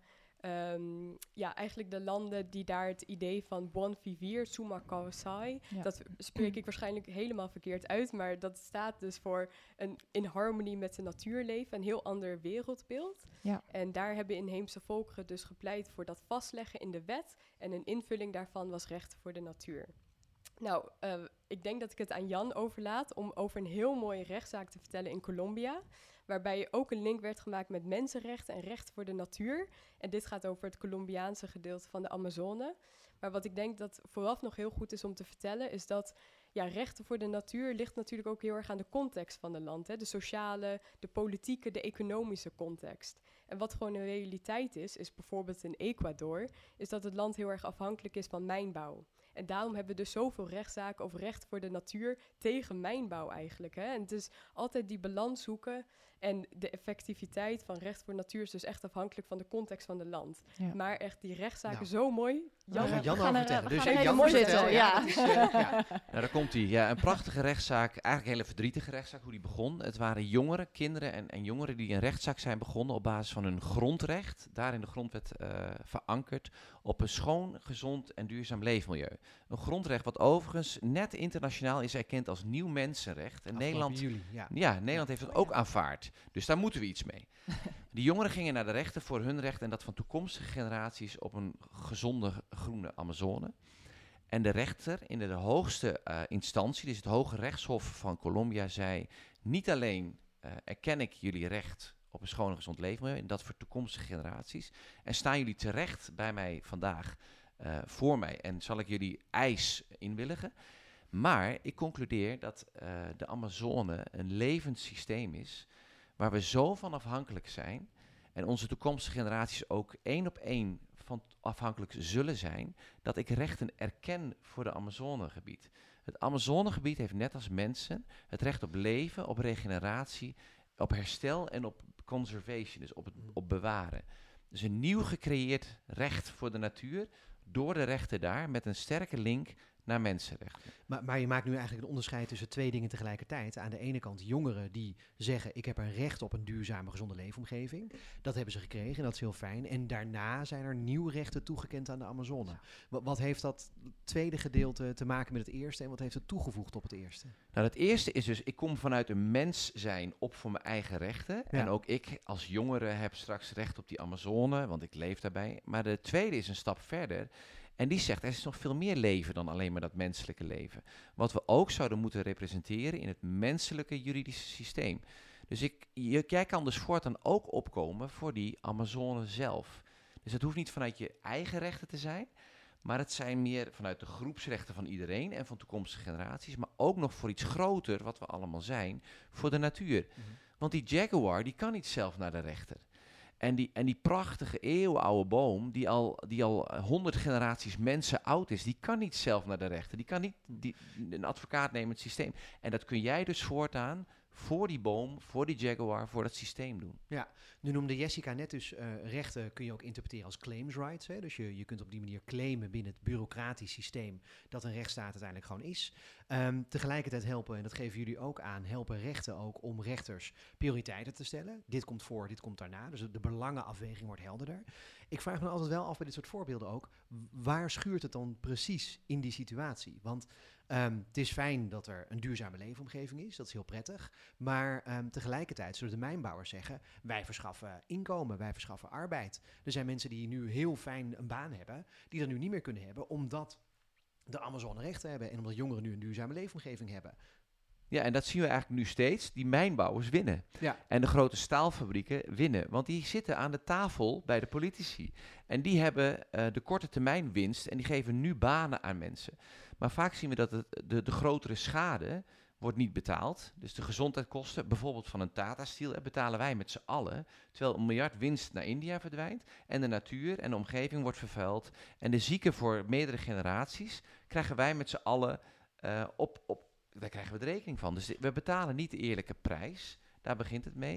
Um, ja, eigenlijk de landen die daar het idee van Bon Vivir, Suma Kawasai, Ja. dat spreek ik waarschijnlijk helemaal verkeerd uit, maar dat staat dus voor een in harmonie met de natuur leven, een heel ander wereldbeeld. Ja. En daar hebben inheemse volkeren dus gepleit voor dat vastleggen in de wet en een invulling daarvan was rechten voor de natuur. Nou, uh, ik denk dat ik het aan Jan overlaat om over een heel mooie rechtszaak te vertellen in Colombia, waarbij ook een link werd gemaakt met mensenrechten en rechten voor de natuur. En dit gaat over het Colombiaanse gedeelte van de Amazone. Maar wat ik denk dat vooraf nog heel goed is om te vertellen, is dat ja, rechten voor de natuur ligt natuurlijk ook heel erg aan de context van het land. Hè? De sociale, de politieke, de economische context. En wat gewoon een realiteit is, is bijvoorbeeld in Ecuador, is dat het land heel erg afhankelijk is van mijnbouw. En daarom hebben we dus zoveel rechtszaken over recht voor de natuur tegen mijnbouw eigenlijk. Hè? En het is altijd die balans zoeken. En de effectiviteit van recht voor natuur is dus echt afhankelijk van de context van het land. Ja. Maar echt die rechtszaken Nou. zo mooi. Jan, Ja, Jan we gaan over er- vertellen. we Dus gaan eh, er Jan even vertelt, zitten, ja. dat is, eh, ja. Nou, daar komt hij. Ja, een prachtige rechtszaak. Eigenlijk een hele verdrietige rechtszaak, hoe die begon. Het waren jongeren, kinderen en, en jongeren die een rechtszaak zijn begonnen op basis van hun grondrecht. Daar in de grondwet uh, verankerd op een schoon, gezond en duurzaam leefmilieu. Een grondrecht wat overigens net internationaal is erkend als nieuw mensenrecht. En Afgelopen Nederland, juli, ja. ja, Nederland heeft het Oh, ook ja. aanvaard. Dus daar moeten we iets mee. Die jongeren gingen naar de rechter voor hun recht en dat van toekomstige generaties op een gezonde groene Amazone. En de rechter in de, de hoogste uh, instantie, dus het Hoge Rechtshof van Colombia, zei: niet alleen uh, erken ik jullie recht op een schoon en gezond leefmilieu, en dat voor toekomstige generaties, en staan jullie terecht bij mij vandaag uh, voor mij en zal ik jullie eis inwilligen. Maar ik concludeer dat uh, de Amazone een levend systeem is waar we zo van afhankelijk zijn en onze toekomstige generaties ook één op één van afhankelijk zullen zijn, dat ik rechten erken voor de Amazonegebied. Het Amazonegebied heeft net als mensen het recht op leven, op regeneratie, op herstel en op conservation, dus op het op bewaren. Dus een nieuw gecreëerd recht voor de natuur door de rechten daar met een sterke link naar mensenrechten. Maar, maar je maakt nu eigenlijk een onderscheid tussen twee dingen tegelijkertijd. Aan de ene kant jongeren die zeggen: ik heb een recht op een duurzame, gezonde leefomgeving. Dat hebben ze gekregen en dat is heel fijn. En daarna zijn er nieuwe rechten toegekend aan de Amazone. Wat, wat heeft dat tweede gedeelte te maken met het eerste en wat heeft het toegevoegd op het eerste? Nou, het eerste is dus, ik kom vanuit een mens zijn op voor mijn eigen rechten. Ja. En ook ik als jongere heb straks recht op die Amazone, want ik leef daarbij. Maar de tweede is een stap verder. En die zegt, er is nog veel meer leven dan alleen maar dat menselijke leven. Wat we ook zouden moeten representeren in het menselijke juridische systeem. Dus ik, je, jij kan dus voortaan ook opkomen voor die Amazone zelf. Dus het hoeft niet vanuit je eigen rechten te zijn, maar het zijn meer vanuit de groepsrechten van iedereen en van toekomstige generaties, maar ook nog voor iets groter, wat we allemaal zijn, voor de natuur. Mm-hmm. Want die jaguar, die kan niet zelf naar de rechter. En die, en die prachtige eeuwenoude boom, die al, die al honderd generaties mensen oud is, die kan niet zelf naar de rechter. Die kan niet die, een advocaat nemen in het systeem. En dat kun jij dus voortaan voor die boom, voor die jaguar, voor dat systeem doen. Ja, nu noemde Jessica net dus uh, rechten kun je ook interpreteren als claims rights. Hè? Dus je, je kunt op die manier claimen binnen het bureaucratisch systeem dat een rechtsstaat uiteindelijk gewoon is. Um, tegelijkertijd helpen, en dat geven jullie ook aan, helpen rechten ook om rechters prioriteiten te stellen. Dit komt voor, dit komt daarna. Dus de belangenafweging wordt helderder. Ik vraag me altijd wel af bij dit soort voorbeelden ook, waar schuurt het dan precies in die situatie? Want um, het is fijn dat er een duurzame leefomgeving is, dat is heel prettig. Maar um, tegelijkertijd zullen de mijnbouwers zeggen, wij verschaffen inkomen, wij verschaffen arbeid. Er zijn mensen die nu heel fijn een baan hebben, die dat nu niet meer kunnen hebben, omdat de Amazone rechten hebben en omdat jongeren nu een duurzame leefomgeving hebben. Ja, en dat zien we eigenlijk nu steeds. Die mijnbouwers winnen. Ja. En de grote staalfabrieken winnen. Want die zitten aan de tafel bij de politici. En die hebben uh, de korte termijn winst en die geven nu banen aan mensen. Maar vaak zien we dat het, de, de grotere schade wordt niet betaald. Dus de gezondheidskosten, bijvoorbeeld van een Tata Steel, betalen wij met z'n allen. Terwijl een miljard winst naar India verdwijnt. En de natuur en de omgeving wordt vervuild. En de zieken voor meerdere generaties krijgen wij met z'n allen uh, op... op daar krijgen we de rekening van. Dus we betalen niet de eerlijke prijs. Daar begint het mee.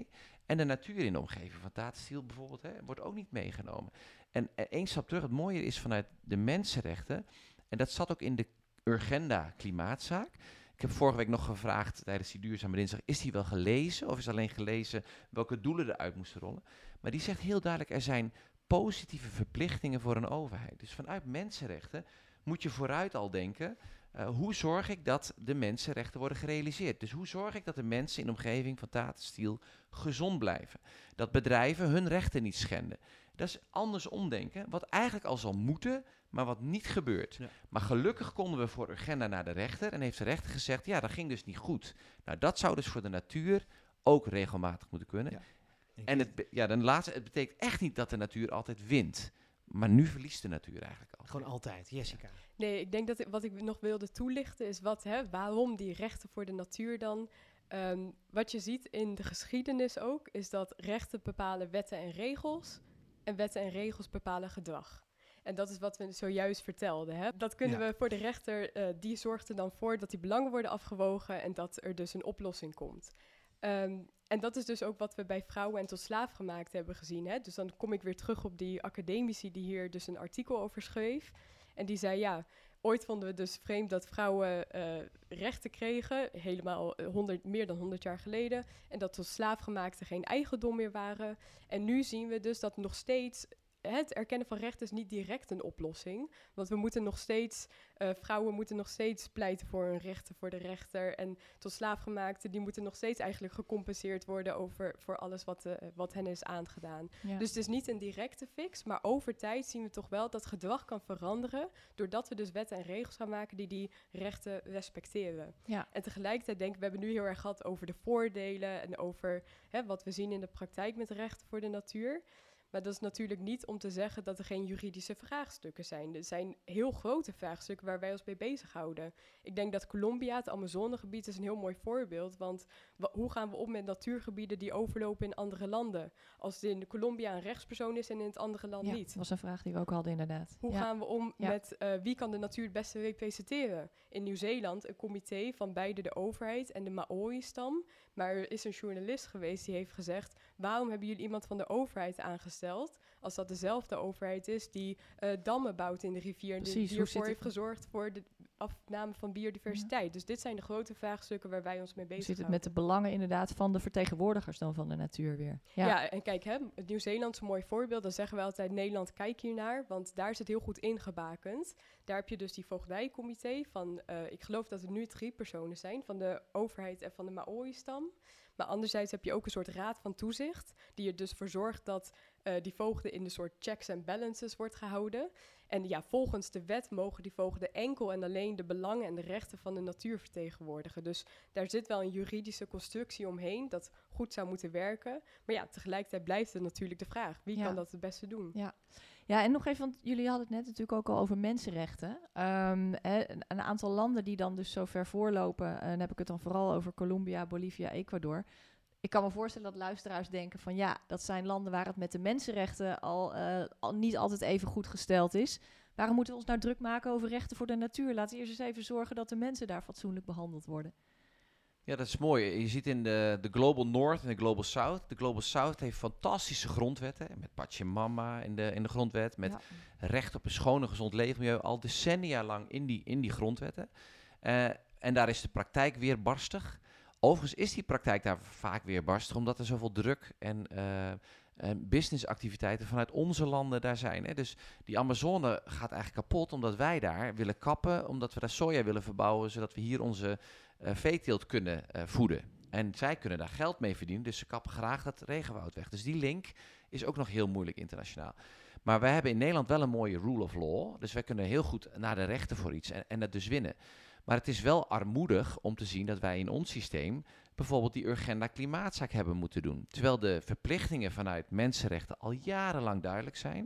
En de natuur in de omgeving van Tata Steel bijvoorbeeld, hè, wordt ook niet meegenomen. En uh, één stap terug, het mooie is vanuit de mensenrechten, en dat zat ook in de Urgenda klimaatzaak. Ik heb vorige week nog gevraagd tijdens die duurzame dinsdag, is die wel gelezen of is alleen gelezen welke doelen eruit moesten rollen? Maar die zegt heel duidelijk, er zijn positieve verplichtingen voor een overheid. Dus vanuit mensenrechten moet je vooruit al denken, uh, hoe zorg ik dat de mensenrechten worden gerealiseerd? Dus hoe zorg ik dat de mensen in de omgeving van Tata Steel gezond blijven? Dat bedrijven hun rechten niet schenden. Dat is andersom denken, wat eigenlijk al zal moeten, maar wat niet gebeurt. Ja. Maar gelukkig konden we voor Urgenda naar de rechter en heeft de rechter gezegd, ja, dat ging dus niet goed. Nou, dat zou dus voor de natuur ook regelmatig moeten kunnen. Ja. En het, be- ja, dan laatste, het betekent echt niet dat de natuur altijd wint. Maar nu verliest de natuur eigenlijk al. Gewoon altijd, Jessica. Ja. Nee, ik denk dat ik, wat ik nog wilde toelichten is wat, hè, waarom die rechten voor de natuur dan. Um, wat je ziet in de geschiedenis ook, is dat rechten bepalen wetten en regels. En wetten en regels bepalen gedrag. En dat is wat we zojuist vertelden. Hè? Dat kunnen ja. we voor de rechter, uh, die zorgt er dan voor dat die belangen worden afgewogen en dat er dus een oplossing komt. Um, en dat is dus ook wat we bij Vrouwen en tot slaaf gemaakt hebben gezien. Hè? Dus dan kom ik weer terug op die academici die hier dus een artikel over schreef. En die zei, ja, ooit vonden we dus vreemd dat vrouwen uh, rechten kregen, helemaal honderd, meer dan honderd jaar geleden. En dat tot slaafgemaakten geen eigendom meer waren. En nu zien we dus dat nog steeds het erkennen van rechten is niet direct een oplossing. Want we moeten nog steeds, uh, vrouwen moeten nog steeds pleiten voor hun rechten voor de rechter. En tot slaafgemaakten, die moeten nog steeds eigenlijk gecompenseerd worden over voor alles wat, uh, wat hen is aangedaan. Ja. Dus het is niet een directe fix, maar over tijd zien we toch wel dat gedrag kan veranderen, doordat we dus wetten en regels gaan maken die die rechten respecteren. Ja. En tegelijkertijd denk ik, we hebben nu heel erg gehad over de voordelen en over hè, wat we zien in de praktijk met rechten voor de natuur. Maar dat is natuurlijk niet om te zeggen dat er geen juridische vraagstukken zijn. Er zijn heel grote vraagstukken waar wij ons mee bezighouden. Ik denk dat Colombia, het Amazonegebied, is een heel mooi voorbeeld. Want wa- hoe gaan we om met natuurgebieden die overlopen in andere landen? Als het in Colombia een rechtspersoon is en in het andere land ja, niet. Dat was een vraag die we ook hadden inderdaad. Hoe ja. gaan we om ja. met uh, wie kan de natuur het beste representeren? In Nieuw-Zeeland een comité van beide de overheid en de Maori-stam. Maar er is een journalist geweest die heeft gezegd, waarom hebben jullie iemand van de overheid aangesteld als dat dezelfde overheid is die uh, dammen bouwt in de rivier en Precies, die hiervoor heeft gezorgd voor de afname van biodiversiteit. Ja. Dus dit zijn de grote vraagstukken waar wij ons mee bezig zit het met de belangen inderdaad van de vertegenwoordigers dan van de natuur weer. Ja, ja en kijk, hè, het Nieuw-Zeeland is een mooi voorbeeld. Dan zeggen we altijd, Nederland, kijk hiernaar, want daar is het heel goed ingebakend. Daar heb je dus die voogdijcomité van, uh, ik geloof dat er nu drie personen zijn, van de overheid en van de Maori-stam. Maar anderzijds heb je ook een soort raad van toezicht, die er dus voor zorgt dat uh, die voogden in de soort checks en balances wordt gehouden. En ja, volgens de wet mogen die voogden enkel en alleen de belangen en de rechten van de natuur vertegenwoordigen. Dus daar zit wel een juridische constructie omheen dat goed zou moeten werken. Maar ja, tegelijkertijd blijft het natuurlijk de vraag, wie ja. kan dat het beste doen? Ja. Ja, en nog even, want jullie hadden het net natuurlijk ook al over mensenrechten. Um, hè, een, een aantal landen die dan dus zo ver voorlopen, en dan heb ik het dan vooral over Colombia, Bolivia, Ecuador. Ik kan me voorstellen dat luisteraars denken van ja, dat zijn landen waar het met de mensenrechten al, uh, al niet altijd even goed gesteld is. Waarom moeten we ons nou druk maken over rechten voor de natuur? Laten we eerst eens even zorgen dat de mensen daar fatsoenlijk behandeld worden. Ja, dat is mooi. Je ziet in de, de Global North en de Global South. De Global South heeft fantastische grondwetten. Met Pachamama in de, in de grondwet. Met ja. recht op een schoon en gezond leefmilieu. Al decennia lang in die, in die grondwetten. Uh, en daar is de praktijk weer barstig. Overigens is die praktijk daar vaak weer barstig. Omdat er zoveel druk en uh, en businessactiviteiten vanuit onze landen daar zijn. Hè. Dus die Amazone gaat eigenlijk kapot omdat wij daar willen kappen. Omdat we daar soja willen verbouwen. Zodat we hier onze uh, veeteelt kunnen uh, voeden. En zij kunnen daar geld mee verdienen. Dus ze kappen graag dat regenwoud weg. Dus die link is ook nog heel moeilijk internationaal. Maar wij hebben in Nederland wel een mooie rule of law. Dus wij kunnen heel goed naar de rechten voor iets en, en dat dus winnen. Maar het is wel armoedig om te zien dat wij in ons systeem bijvoorbeeld die Urgenda klimaatzaak hebben moeten doen. Terwijl de verplichtingen vanuit mensenrechten al jarenlang duidelijk zijn.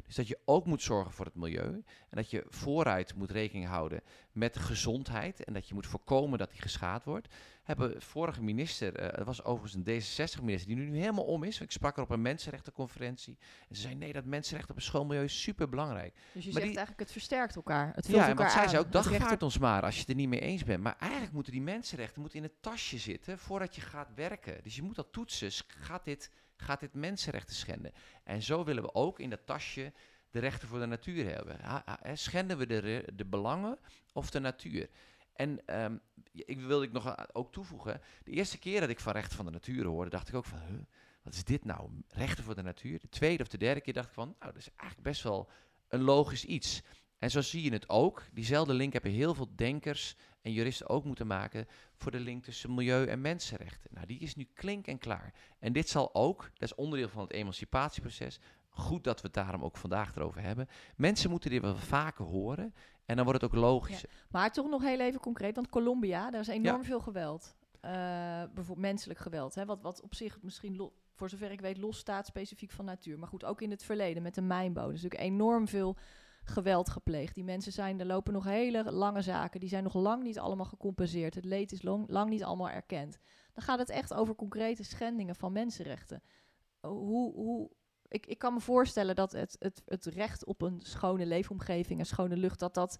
Dus dat je ook moet zorgen voor het milieu. En dat je vooruit moet rekening houden met de gezondheid. En dat je moet voorkomen dat die geschaad wordt. Hebben vorige minister, uh, dat was overigens een D zesenzestig-minister... die nu helemaal om is. Ik sprak er op een mensenrechtenconferentie. En ze zei, nee, dat mensenrecht op een schoon milieu is superbelangrijk. Dus je Maar zegt die- eigenlijk, het versterkt elkaar. Het vult Ja, en elkaar wat zei aan. ze ook, Het dat recht gaat op- ons maar als je het er niet mee eens bent. Maar eigenlijk moeten die mensenrechten moeten in het tasje zitten voordat je gaat werken. Dus je moet dat toetsen. S- Gaat dit, gaat dit mensenrechten schenden? En zo willen we ook in dat tasje de rechten voor de natuur hebben. Ha- ha- hè, schenden we de, re- de belangen of de natuur? En ehm, ik wilde ik nog a- ook toevoegen. De eerste keer dat ik van rechten van de natuur hoorde, dacht ik ook van, huh, wat is dit nou? Rechten voor de natuur? De tweede of de derde keer dacht ik van, nou, dat is eigenlijk best wel een logisch iets. En zo zie je het ook. Diezelfde link hebben heel veel denkers en juristen ook moeten maken voor de link tussen milieu en mensenrechten. Nou, die is nu klink en klaar. En dit zal ook, dat is onderdeel van het emancipatieproces, goed dat we het daarom ook vandaag erover hebben. Mensen moeten dit wel vaker horen en dan wordt het ook logischer. Maar toch nog heel even concreet, want Colombia, daar is enorm veel geweld. Uh, bijvoorbeeld menselijk geweld, hè, wat, wat op zich misschien, lo- voor zover ik weet, los staat specifiek van natuur. Maar goed, ook in het verleden met de mijnbouw. Er is natuurlijk enorm veel geweld gepleegd. Die mensen zijn, er lopen nog hele lange zaken, die zijn nog lang niet allemaal gecompenseerd. Het leed is lang, lang niet allemaal erkend. Dan gaat het echt over concrete schendingen van mensenrechten. Hoe... hoe Ik, ik kan me voorstellen dat het, het, het recht op een schone leefomgeving, een schone lucht, dat dat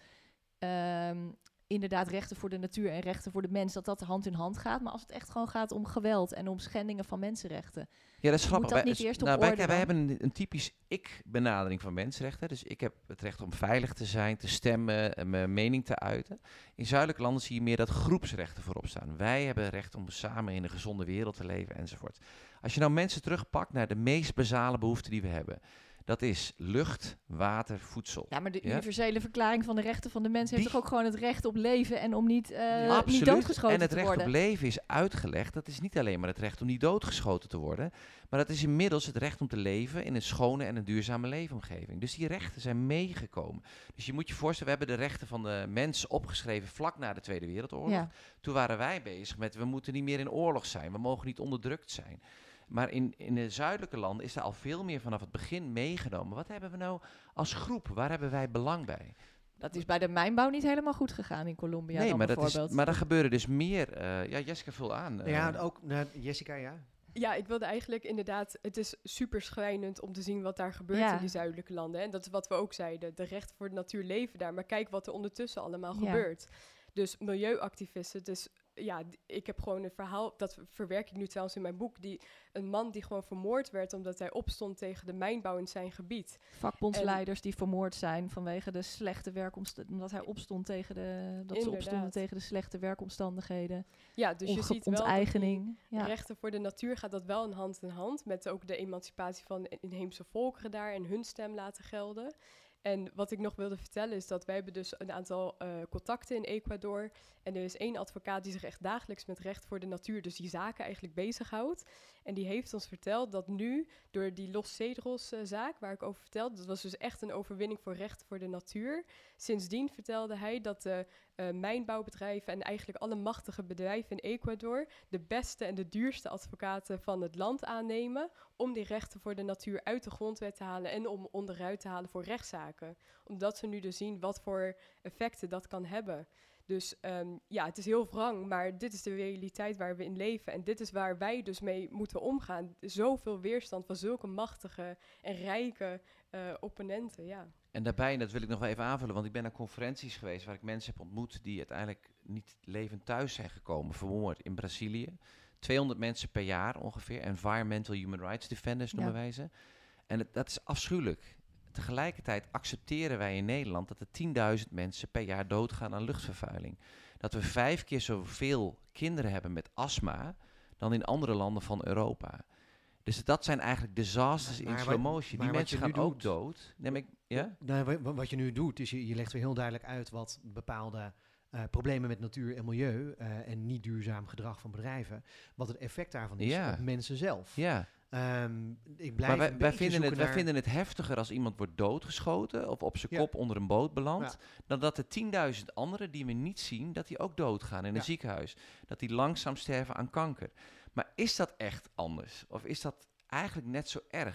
um, inderdaad rechten voor de natuur en rechten voor de mens, dat dat hand in hand gaat. Maar als het echt gewoon gaat om geweld en om schendingen van mensenrechten. Ja, dat is grappig. Moet dat Wij, niet eerst op nou, wij, orde wij dan? hebben een, een typisch ik-benadering van mensenrechten. Dus ik heb het recht om veilig te zijn, te stemmen, en mijn mening te uiten. In zuidelijke landen zie je meer dat groepsrechten voorop staan. Wij hebben het recht om samen in een gezonde wereld te leven enzovoort. Als je nou mensen terugpakt naar de meest basale behoeften die we hebben. Dat is lucht, water, voedsel. Ja, maar de Ja? universele verklaring van de rechten van de mens heeft Die- toch ook gewoon het recht op leven en om niet, uh, Absoluut. niet doodgeschoten En het te recht worden. op leven is uitgelegd. Dat is niet alleen maar het recht om niet doodgeschoten te worden. Maar dat is inmiddels het recht om te leven in een schone en een duurzame leefomgeving. Dus die rechten zijn meegekomen. Dus je moet je voorstellen, we hebben de rechten van de mens opgeschreven vlak na de Tweede Wereldoorlog. Ja. Toen waren wij bezig met, we moeten niet meer in oorlog zijn. We mogen niet onderdrukt zijn. Maar in, in de zuidelijke landen is er al veel meer vanaf het begin meegenomen. Wat hebben we nou als groep? Waar hebben wij belang bij? Dat is bij de mijnbouw niet helemaal goed gegaan in Colombia nee, dan maar, dat is, bijvoorbeeld. maar er gebeuren dus meer... Uh, ja, Jessica, vul aan. Uh, Ja, ook naar Jessica, ja. Ja, ik wilde eigenlijk inderdaad... Het is super schrijnend om te zien wat daar gebeurt Ja. in die zuidelijke landen. En dat is wat we ook zeiden. De rechten voor de natuur leven daar. Maar kijk wat er ondertussen allemaal Ja. gebeurt. Dus milieuactivisten, dus... Ja, d- ik heb gewoon een verhaal, dat verwerk ik nu trouwens in mijn boek, die, een man die gewoon vermoord werd omdat hij opstond tegen de mijnbouw in zijn gebied. Vakbondsleiders die vermoord zijn vanwege de slechte werkomstandigheden, omdat hij opstond tegen de, dat ze opstonden Inderdaad. tegen de slechte werkomstandigheden. Ja, dus je Onge- ziet wel dat die onteigening. Ja. rechten voor de natuur gaat dat wel een hand in hand met ook de emancipatie van de inheemse volkeren daar en hun stem laten gelden. En wat ik nog wilde vertellen is dat wij hebben dus een aantal uh, contacten in Ecuador. En er is één advocaat die zich echt dagelijks met recht voor de natuur, dus die zaken eigenlijk bezighoudt. En die heeft ons verteld dat nu, door die Los Cedros uh, zaak waar ik over vertelde, dat was dus echt een overwinning voor recht voor de natuur. Sindsdien vertelde hij dat de uh, mijnbouwbedrijven en eigenlijk alle machtige bedrijven in Ecuador de beste en de duurste advocaten van het land aannemen om die rechten voor de natuur uit de grondwet te halen en om onderuit te halen voor rechtszaken. Omdat ze nu dus zien wat voor effecten dat kan hebben. Dus um, ja, het is heel wrang, maar dit is de realiteit waar we in leven. En dit is waar wij dus mee moeten omgaan. Zoveel weerstand van zulke machtige en rijke uh, opponenten, ja. En daarbij, en dat wil ik nog wel even aanvullen, want ik ben naar conferenties geweest waar ik mensen heb ontmoet die uiteindelijk niet levend thuis zijn gekomen, vermoord in Brazilië. tweehonderd mensen per jaar ongeveer, environmental human rights defenders noemen Ja. wij ze. En het, dat is afschuwelijk. Tegelijkertijd accepteren wij in Nederland dat er tienduizend mensen per jaar doodgaan aan luchtvervuiling. Dat we vijf keer zoveel kinderen hebben met astma dan in andere landen van Europa. Dus dat zijn eigenlijk disasters Maar in wat- slow motion. maar Die wat je mensen gaan nu ook doet- dood. Neem ik, ja? Nou, wa- wa- wat je nu doet, is je, je legt weer heel duidelijk uit wat bepaalde eh, problemen met natuur en milieu eh, en niet duurzaam gedrag van bedrijven, wat het effect daarvan is Ja. op mensen zelf. Ja. Ehm, ik blijf Maar wij, een wij, beetje vinden het, zoeken wij naar- vinden het heftiger als iemand wordt doodgeschoten of op zijn Ja. kop onder een boot belandt, Ja. dan dat er tienduizend anderen die we niet zien, dat die ook doodgaan in Ja. een ziekenhuis. Dat die langzaam sterven aan kanker. Maar is dat echt anders? Of is dat eigenlijk net zo erg?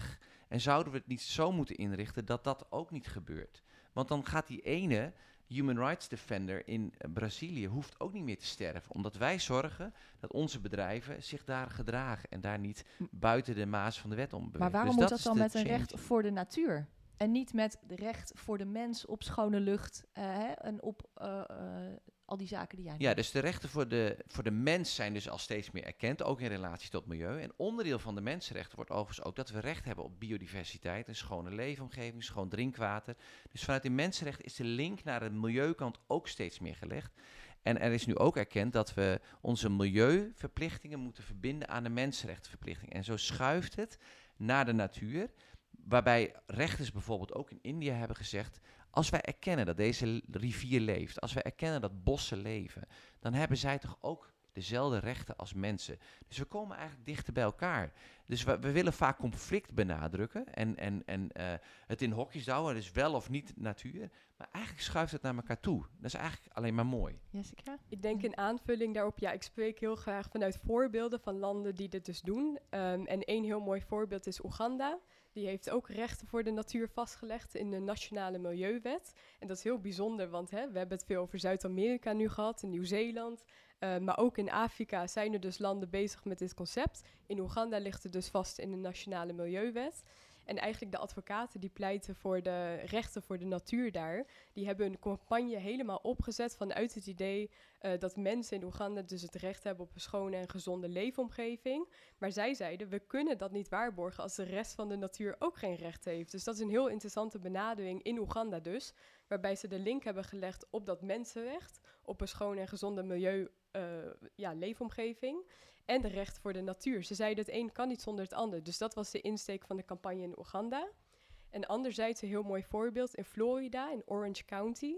En zouden we het niet zo moeten inrichten dat dat ook niet gebeurt? Want dan gaat die ene human rights defender in uh, Brazilië hoeft ook niet meer te sterven. Omdat wij zorgen dat onze bedrijven zich daar gedragen en daar niet buiten de maas van de wet om bewegen. Maar waarom Dus moet dat dat dan is de met een change. recht voor de natuur? En niet met de recht voor de mens op schone lucht uh, hè, en op uh, uh, al die zaken die jij Ja, noemt. dus de rechten voor de, voor de mens zijn dus al steeds meer erkend, ook in relatie tot milieu. En onderdeel van de mensenrechten wordt overigens ook dat we recht hebben op biodiversiteit, een schone leefomgeving, schoon drinkwater. Dus vanuit de mensenrechten is de link naar de milieukant ook steeds meer gelegd. En er is nu ook erkend dat we onze milieuverplichtingen moeten verbinden aan de mensenrechtenverplichtingen. En zo schuift het naar de natuur, waarbij rechters bijvoorbeeld ook in India hebben gezegd, als wij erkennen dat deze rivier leeft, als wij erkennen dat bossen leven, dan hebben zij toch ook dezelfde rechten als mensen. Dus we komen eigenlijk dichter bij elkaar. Dus we, we willen vaak conflict benadrukken en, en, en uh, het in hokjes douwen, dus wel of niet natuur. Maar eigenlijk schuift het naar elkaar toe. Dat is eigenlijk alleen maar mooi. Jessica? Ik denk in aanvulling daarop, ja, ik spreek heel graag vanuit voorbeelden van landen die dit dus doen. Um, en één heel mooi voorbeeld is Oeganda. Die heeft ook rechten voor de natuur vastgelegd in de Nationale Milieuwet. En dat is heel bijzonder, want hè, we hebben het veel over Zuid-Amerika nu gehad, in Nieuw-Zeeland. Uh, maar ook in Afrika zijn er dus landen bezig met dit concept. In Oeganda ligt het dus vast in de Nationale Milieuwet. En eigenlijk de advocaten die pleiten voor de rechten voor de natuur daar, die hebben een campagne helemaal opgezet vanuit het idee uh, dat mensen in Oeganda dus het recht hebben op een schone en gezonde leefomgeving. Maar zij zeiden, we kunnen dat niet waarborgen als de rest van de natuur ook geen recht heeft. Dus dat is een heel interessante benadering in Oeganda dus, waarbij ze de link hebben gelegd op dat mensenrecht, op een schone en gezonde milieu, uh, ja, leefomgeving. En de recht voor de natuur. Ze zeiden het een kan niet zonder het ander. Dus dat was de insteek van de campagne in Oeganda. En anderzijds een heel mooi voorbeeld. In Florida, in Orange County,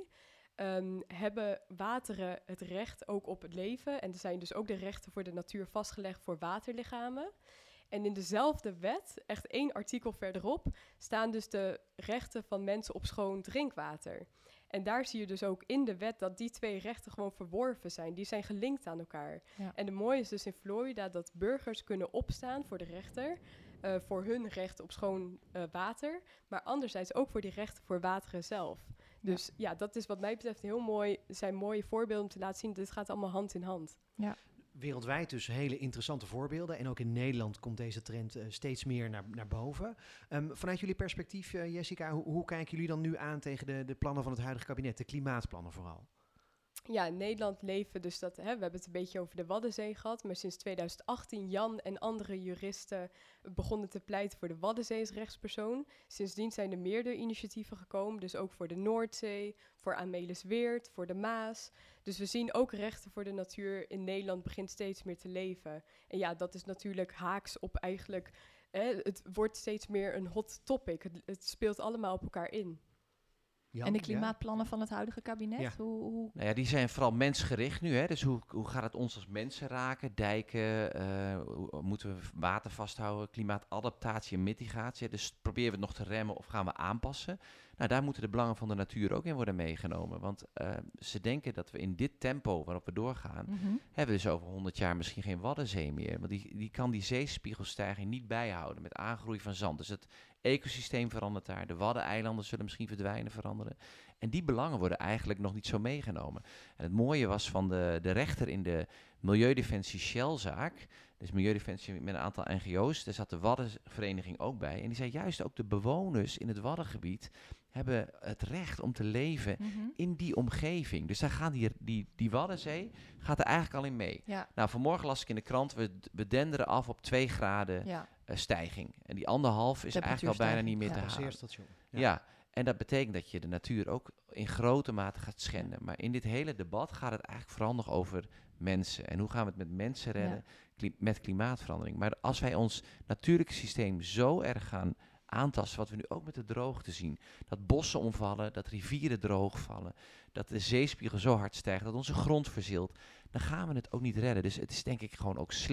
um, hebben wateren het recht ook op het leven. En er zijn dus ook de rechten voor de natuur vastgelegd voor waterlichamen. En in dezelfde wet, echt één artikel verderop, staan dus de rechten van mensen op schoon drinkwater. En daar zie je dus ook in de wet dat die twee rechten gewoon verworven zijn. Die zijn gelinkt aan elkaar. Ja. En de mooie is dus in Florida dat burgers kunnen opstaan voor de rechter. Uh, voor hun recht op schoon uh, water. Maar anderzijds ook voor die rechten voor wateren zelf. Dus ja, ja dat is wat mij betreft heel mooi. Zijn mooie voorbeelden om te laten zien. Dit gaat allemaal hand in hand. Ja. Wereldwijd dus hele interessante voorbeelden. En ook in Nederland komt deze trend uh, steeds meer naar, naar boven. Um, vanuit jullie perspectief, uh, Jessica, hoe, hoe kijken jullie dan nu aan tegen de, de plannen van het huidige kabinet? De klimaatplannen vooral. Ja, in Nederland leven dus dat, hè, we hebben het een beetje over de Waddenzee gehad, maar sinds twintig achttien Jan en andere juristen begonnen te pleiten voor de Waddenzee als rechtspersoon. Sindsdien zijn er meerdere initiatieven gekomen, dus ook voor de Noordzee, voor Amelisweert, voor de Maas. Dus we zien ook rechten voor de natuur in Nederland begint steeds meer te leven. En ja, dat is natuurlijk haaks op eigenlijk, hè, het wordt steeds meer een hot topic. Het, het speelt allemaal op elkaar in. Jan, en de klimaatplannen ja? van het huidige kabinet? Ja. Hoe, hoe... Nou ja, die zijn vooral mensgericht nu. Hè? Dus hoe, hoe gaat het ons als mensen raken? Dijken, uh, hoe, moeten we water vasthouden? Klimaatadaptatie en mitigatie. Dus proberen we het nog te remmen of gaan we aanpassen? Nou, daar moeten de belangen van de natuur ook in worden meegenomen. Want uh, ze denken dat we in dit tempo waarop we doorgaan, Mm-hmm. hebben we dus over honderd jaar misschien geen Waddenzee meer. Want die, die kan die zeespiegelstijging niet bijhouden met aangroei van zand. Dus het ecosysteem verandert daar. De Waddeneilanden zullen misschien verdwijnen, veranderen. En die belangen worden eigenlijk nog niet zo meegenomen. En het mooie was van de, de rechter in de Milieudefensie Shell-zaak, dus Milieudefensie met een aantal N G O's, daar zat de Waddenvereniging ook bij. En die zei juist ook de bewoners in het Waddengebied hebben het recht om te leven Mm-hmm. in die omgeving. Dus daar gaan die, die, die Waddenzee gaat er eigenlijk al in mee. Ja. Nou, vanmorgen las ik in de krant, we, we denderen af op twee graden Ja. uh, stijging. En die anderhalf is eigenlijk al bijna niet meer Ja. te halen. Passeerstation. Ja. ja, en dat betekent dat je de natuur ook in grote mate gaat schenden. Maar in dit hele debat gaat het eigenlijk vooral nog over mensen. En hoe gaan we het met mensen redden, Ja. kli- met klimaatverandering. Maar als wij ons natuurlijke systeem zo erg gaan aantasten, wat we nu ook met de droogte zien, dat bossen omvallen, dat rivieren droogvallen, dat de zeespiegel zo hard stijgt, dat onze grond verzilt, dan gaan we het ook niet redden. Dus het is denk ik gewoon ook slim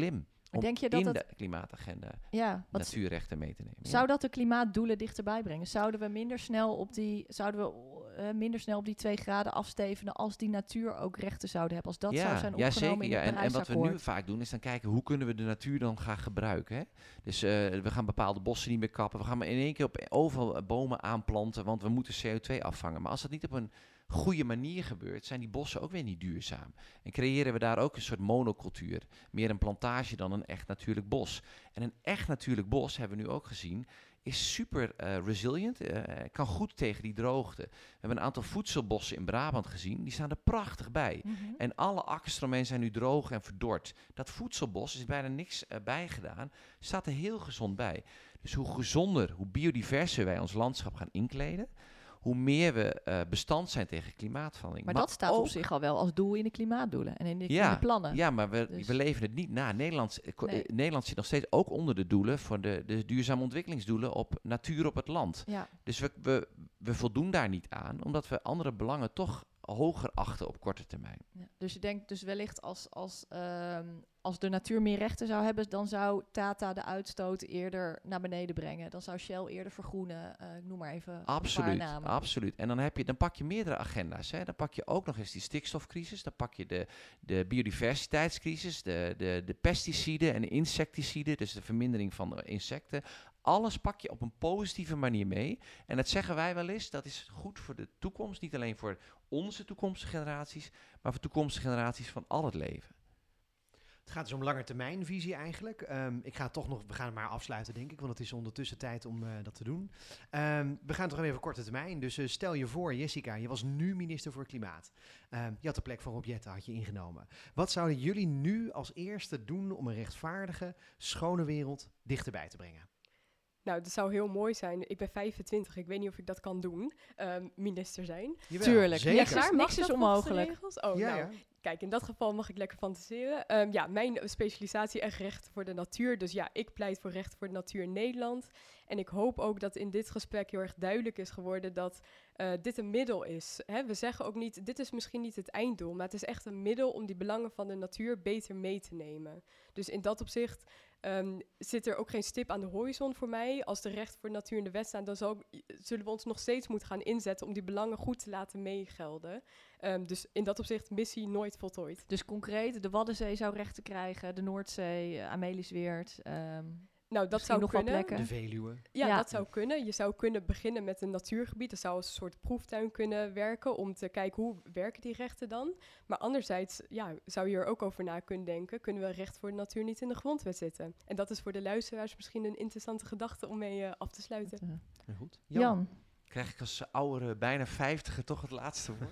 Om denk je dat in het- de klimaatagenda Ja, wat natuurrechten mee te nemen. Ja. zou dat de klimaatdoelen dichterbij brengen? Zouden we minder snel op die, zouden we uh, minder snel op die twee graden afstevenen als die natuur ook rechten zouden hebben? Als dat ja, zou zijn ja, opgenomen zeker. in Ja. het En, en wat we Parijsakkoord. nu vaak doen is dan kijken hoe kunnen we de natuur dan gaan gebruiken. Hè? Dus uh, we gaan bepaalde bossen niet meer kappen. We gaan maar in één keer op overal bomen aanplanten, want we moeten C O twee afvangen. Maar als dat niet op een goede manier gebeurt, zijn die bossen ook weer niet duurzaam. En creëren we daar ook een soort monocultuur. Meer een plantage dan een echt natuurlijk bos. En een echt natuurlijk bos, hebben we nu ook gezien, is super uh, resilient, uh, kan goed tegen die droogte. We hebben een aantal voedselbossen in Brabant gezien, die staan er prachtig bij. Mhm. En alle akkers eromheen zijn nu droog en verdord. Dat voedselbos is bijna niks uh, bijgedaan, staat er heel gezond bij. Dus hoe gezonder, hoe biodiverser wij ons landschap gaan inkleden, hoe meer we uh, bestand zijn tegen klimaatverandering. Maar, dat staat ook, op zich al wel als doel in de klimaatdoelen en in de, ja, in de plannen. Ja, maar we, Dus- we leven het niet na. Nederland, eh, ko- Nee. eh, Nederland zit nog steeds ook onder de doelen voor de, de duurzame ontwikkelingsdoelen op natuur op het land. Ja. Dus we, we, we voldoen daar niet aan, omdat we andere belangen toch hoger achten op korte termijn. Ja, dus je denkt dus wellicht als, als, ehm, als de natuur meer rechten zou hebben, dan zou Tata de uitstoot eerder naar beneden brengen. Dan zou Shell eerder vergroenen. Uh, ik noem maar even een paar Absoluut, namen. absoluut. En dan, heb je, dan pak je meerdere agenda's. Hè. Dan pak je ook nog eens die stikstofcrisis. Dan pak je de, de biodiversiteitscrisis, de, de, de pesticiden en de insecticiden, dus de vermindering van de insecten. Alles pak je op een positieve manier mee. En dat zeggen wij wel eens, dat is goed voor de toekomst. Niet alleen voor onze toekomstige generaties, maar voor toekomstige generaties van al het leven. Het gaat dus om langetermijnvisie eigenlijk. Um, ik ga toch nog, we gaan het maar afsluiten denk ik, want het is ondertussen tijd om uh, dat te doen. Um, we gaan toch even korte termijn. Dus uh, stel je voor, Jessica, je was nu minister voor Klimaat. Um, je had de plek van Rob Jetten, had je ingenomen. Wat zouden jullie nu als eerste doen om een rechtvaardige, schone wereld dichterbij te brengen? Nou, dat zou heel mooi zijn. Ik ben vijfentwintig, ik weet niet of ik dat kan doen, um, minister zijn. Jawel, Tuurlijk. zeker. Ja, klaar, Mag niks is dat volgens de onmogelijk. regels? Oh, Ja, nou, ja. kijk, in dat geval mag ik lekker fantaseren. Um, ja, mijn specialisatie echt rechten voor de natuur. Dus ja, ik pleit voor rechten voor de natuur in Nederland. En ik hoop ook dat in dit gesprek heel erg duidelijk is geworden dat uh, dit een middel is. Hè, we zeggen ook niet, dit is misschien niet het einddoel, maar het is echt een middel om die belangen van de natuur beter mee te nemen. Dus in dat opzicht um, zit er ook geen stip aan de horizon voor mij. Als de rechten voor de natuur in de wet staan, dan zal ik, zullen we ons nog steeds moeten gaan inzetten om die belangen goed te laten meegelden. Um, dus in dat opzicht missie nooit voltooid. Dus concreet, de Waddenzee zou rechten krijgen, de Noordzee, uh, Amelisweert. Um, Nou, dat Misschien zou nog wat kunnen. plekken. De Veluwe. Ja, Ja. dat zou kunnen. Je zou kunnen beginnen met een natuurgebied. Dat zou als een soort proeftuin kunnen werken om te kijken hoe werken die rechten dan. Maar anderzijds ja, zou je er ook over na kunnen denken, kunnen we recht voor de natuur niet in de grondwet zetten? En dat is voor de luisteraars misschien een interessante gedachte om mee uh, af te sluiten. Uh, Heel goed. Jan. Jan. Krijg ik als oudere, bijna vijftiger toch het laatste woord?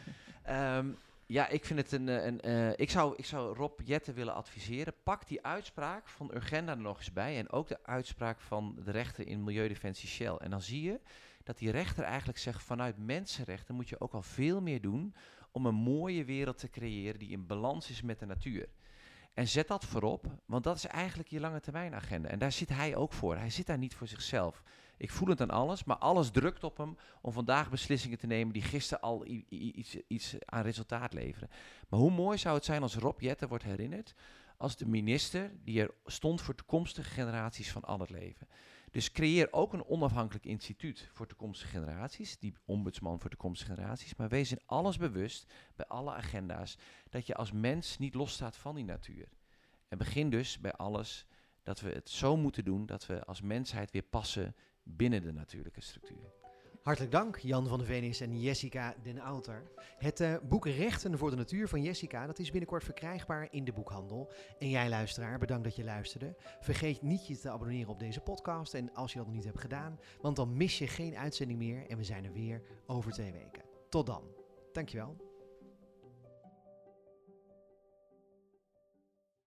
um, ja, ik vind het een... een uh, ik, zou, ik zou Rob Jetten willen adviseren. Pak die uitspraak van Urgenda er nog eens bij. En ook de uitspraak van de rechter in Milieudefensie Shell. En dan zie je dat die rechter eigenlijk zegt, vanuit mensenrechten moet je ook al veel meer doen om een mooie wereld te creëren die in balans is met de natuur. En zet dat voorop, want dat is eigenlijk je lange termijn agenda. En daar zit hij ook voor. Hij zit daar niet voor zichzelf. Ik voel het aan alles, maar alles drukt op hem om vandaag beslissingen te nemen die gisteren al i- i- iets, iets aan resultaat leveren. Maar hoe mooi zou het zijn als Rob Jetten wordt herinnerd als de minister die er stond voor toekomstige generaties van al het leven. Dus creëer ook een onafhankelijk instituut voor toekomstige generaties, die ombudsman voor toekomstige generaties, maar wees in alles bewust, bij alle agenda's, dat je als mens niet losstaat van die natuur. En begin dus bij alles dat we het zo moeten doen dat we als mensheid weer passen binnen de natuurlijke structuur. Hartelijk dank, Jan van de Venis en Jessica den Outer. Het uh, boek Rechten voor de Natuur van Jessica, dat is binnenkort verkrijgbaar in de boekhandel. En jij luisteraar, bedankt dat je luisterde. Vergeet niet je te abonneren op deze podcast en als je dat nog niet hebt gedaan, want dan mis je geen uitzending meer en we zijn er weer over twee weken. Tot dan. Dankjewel.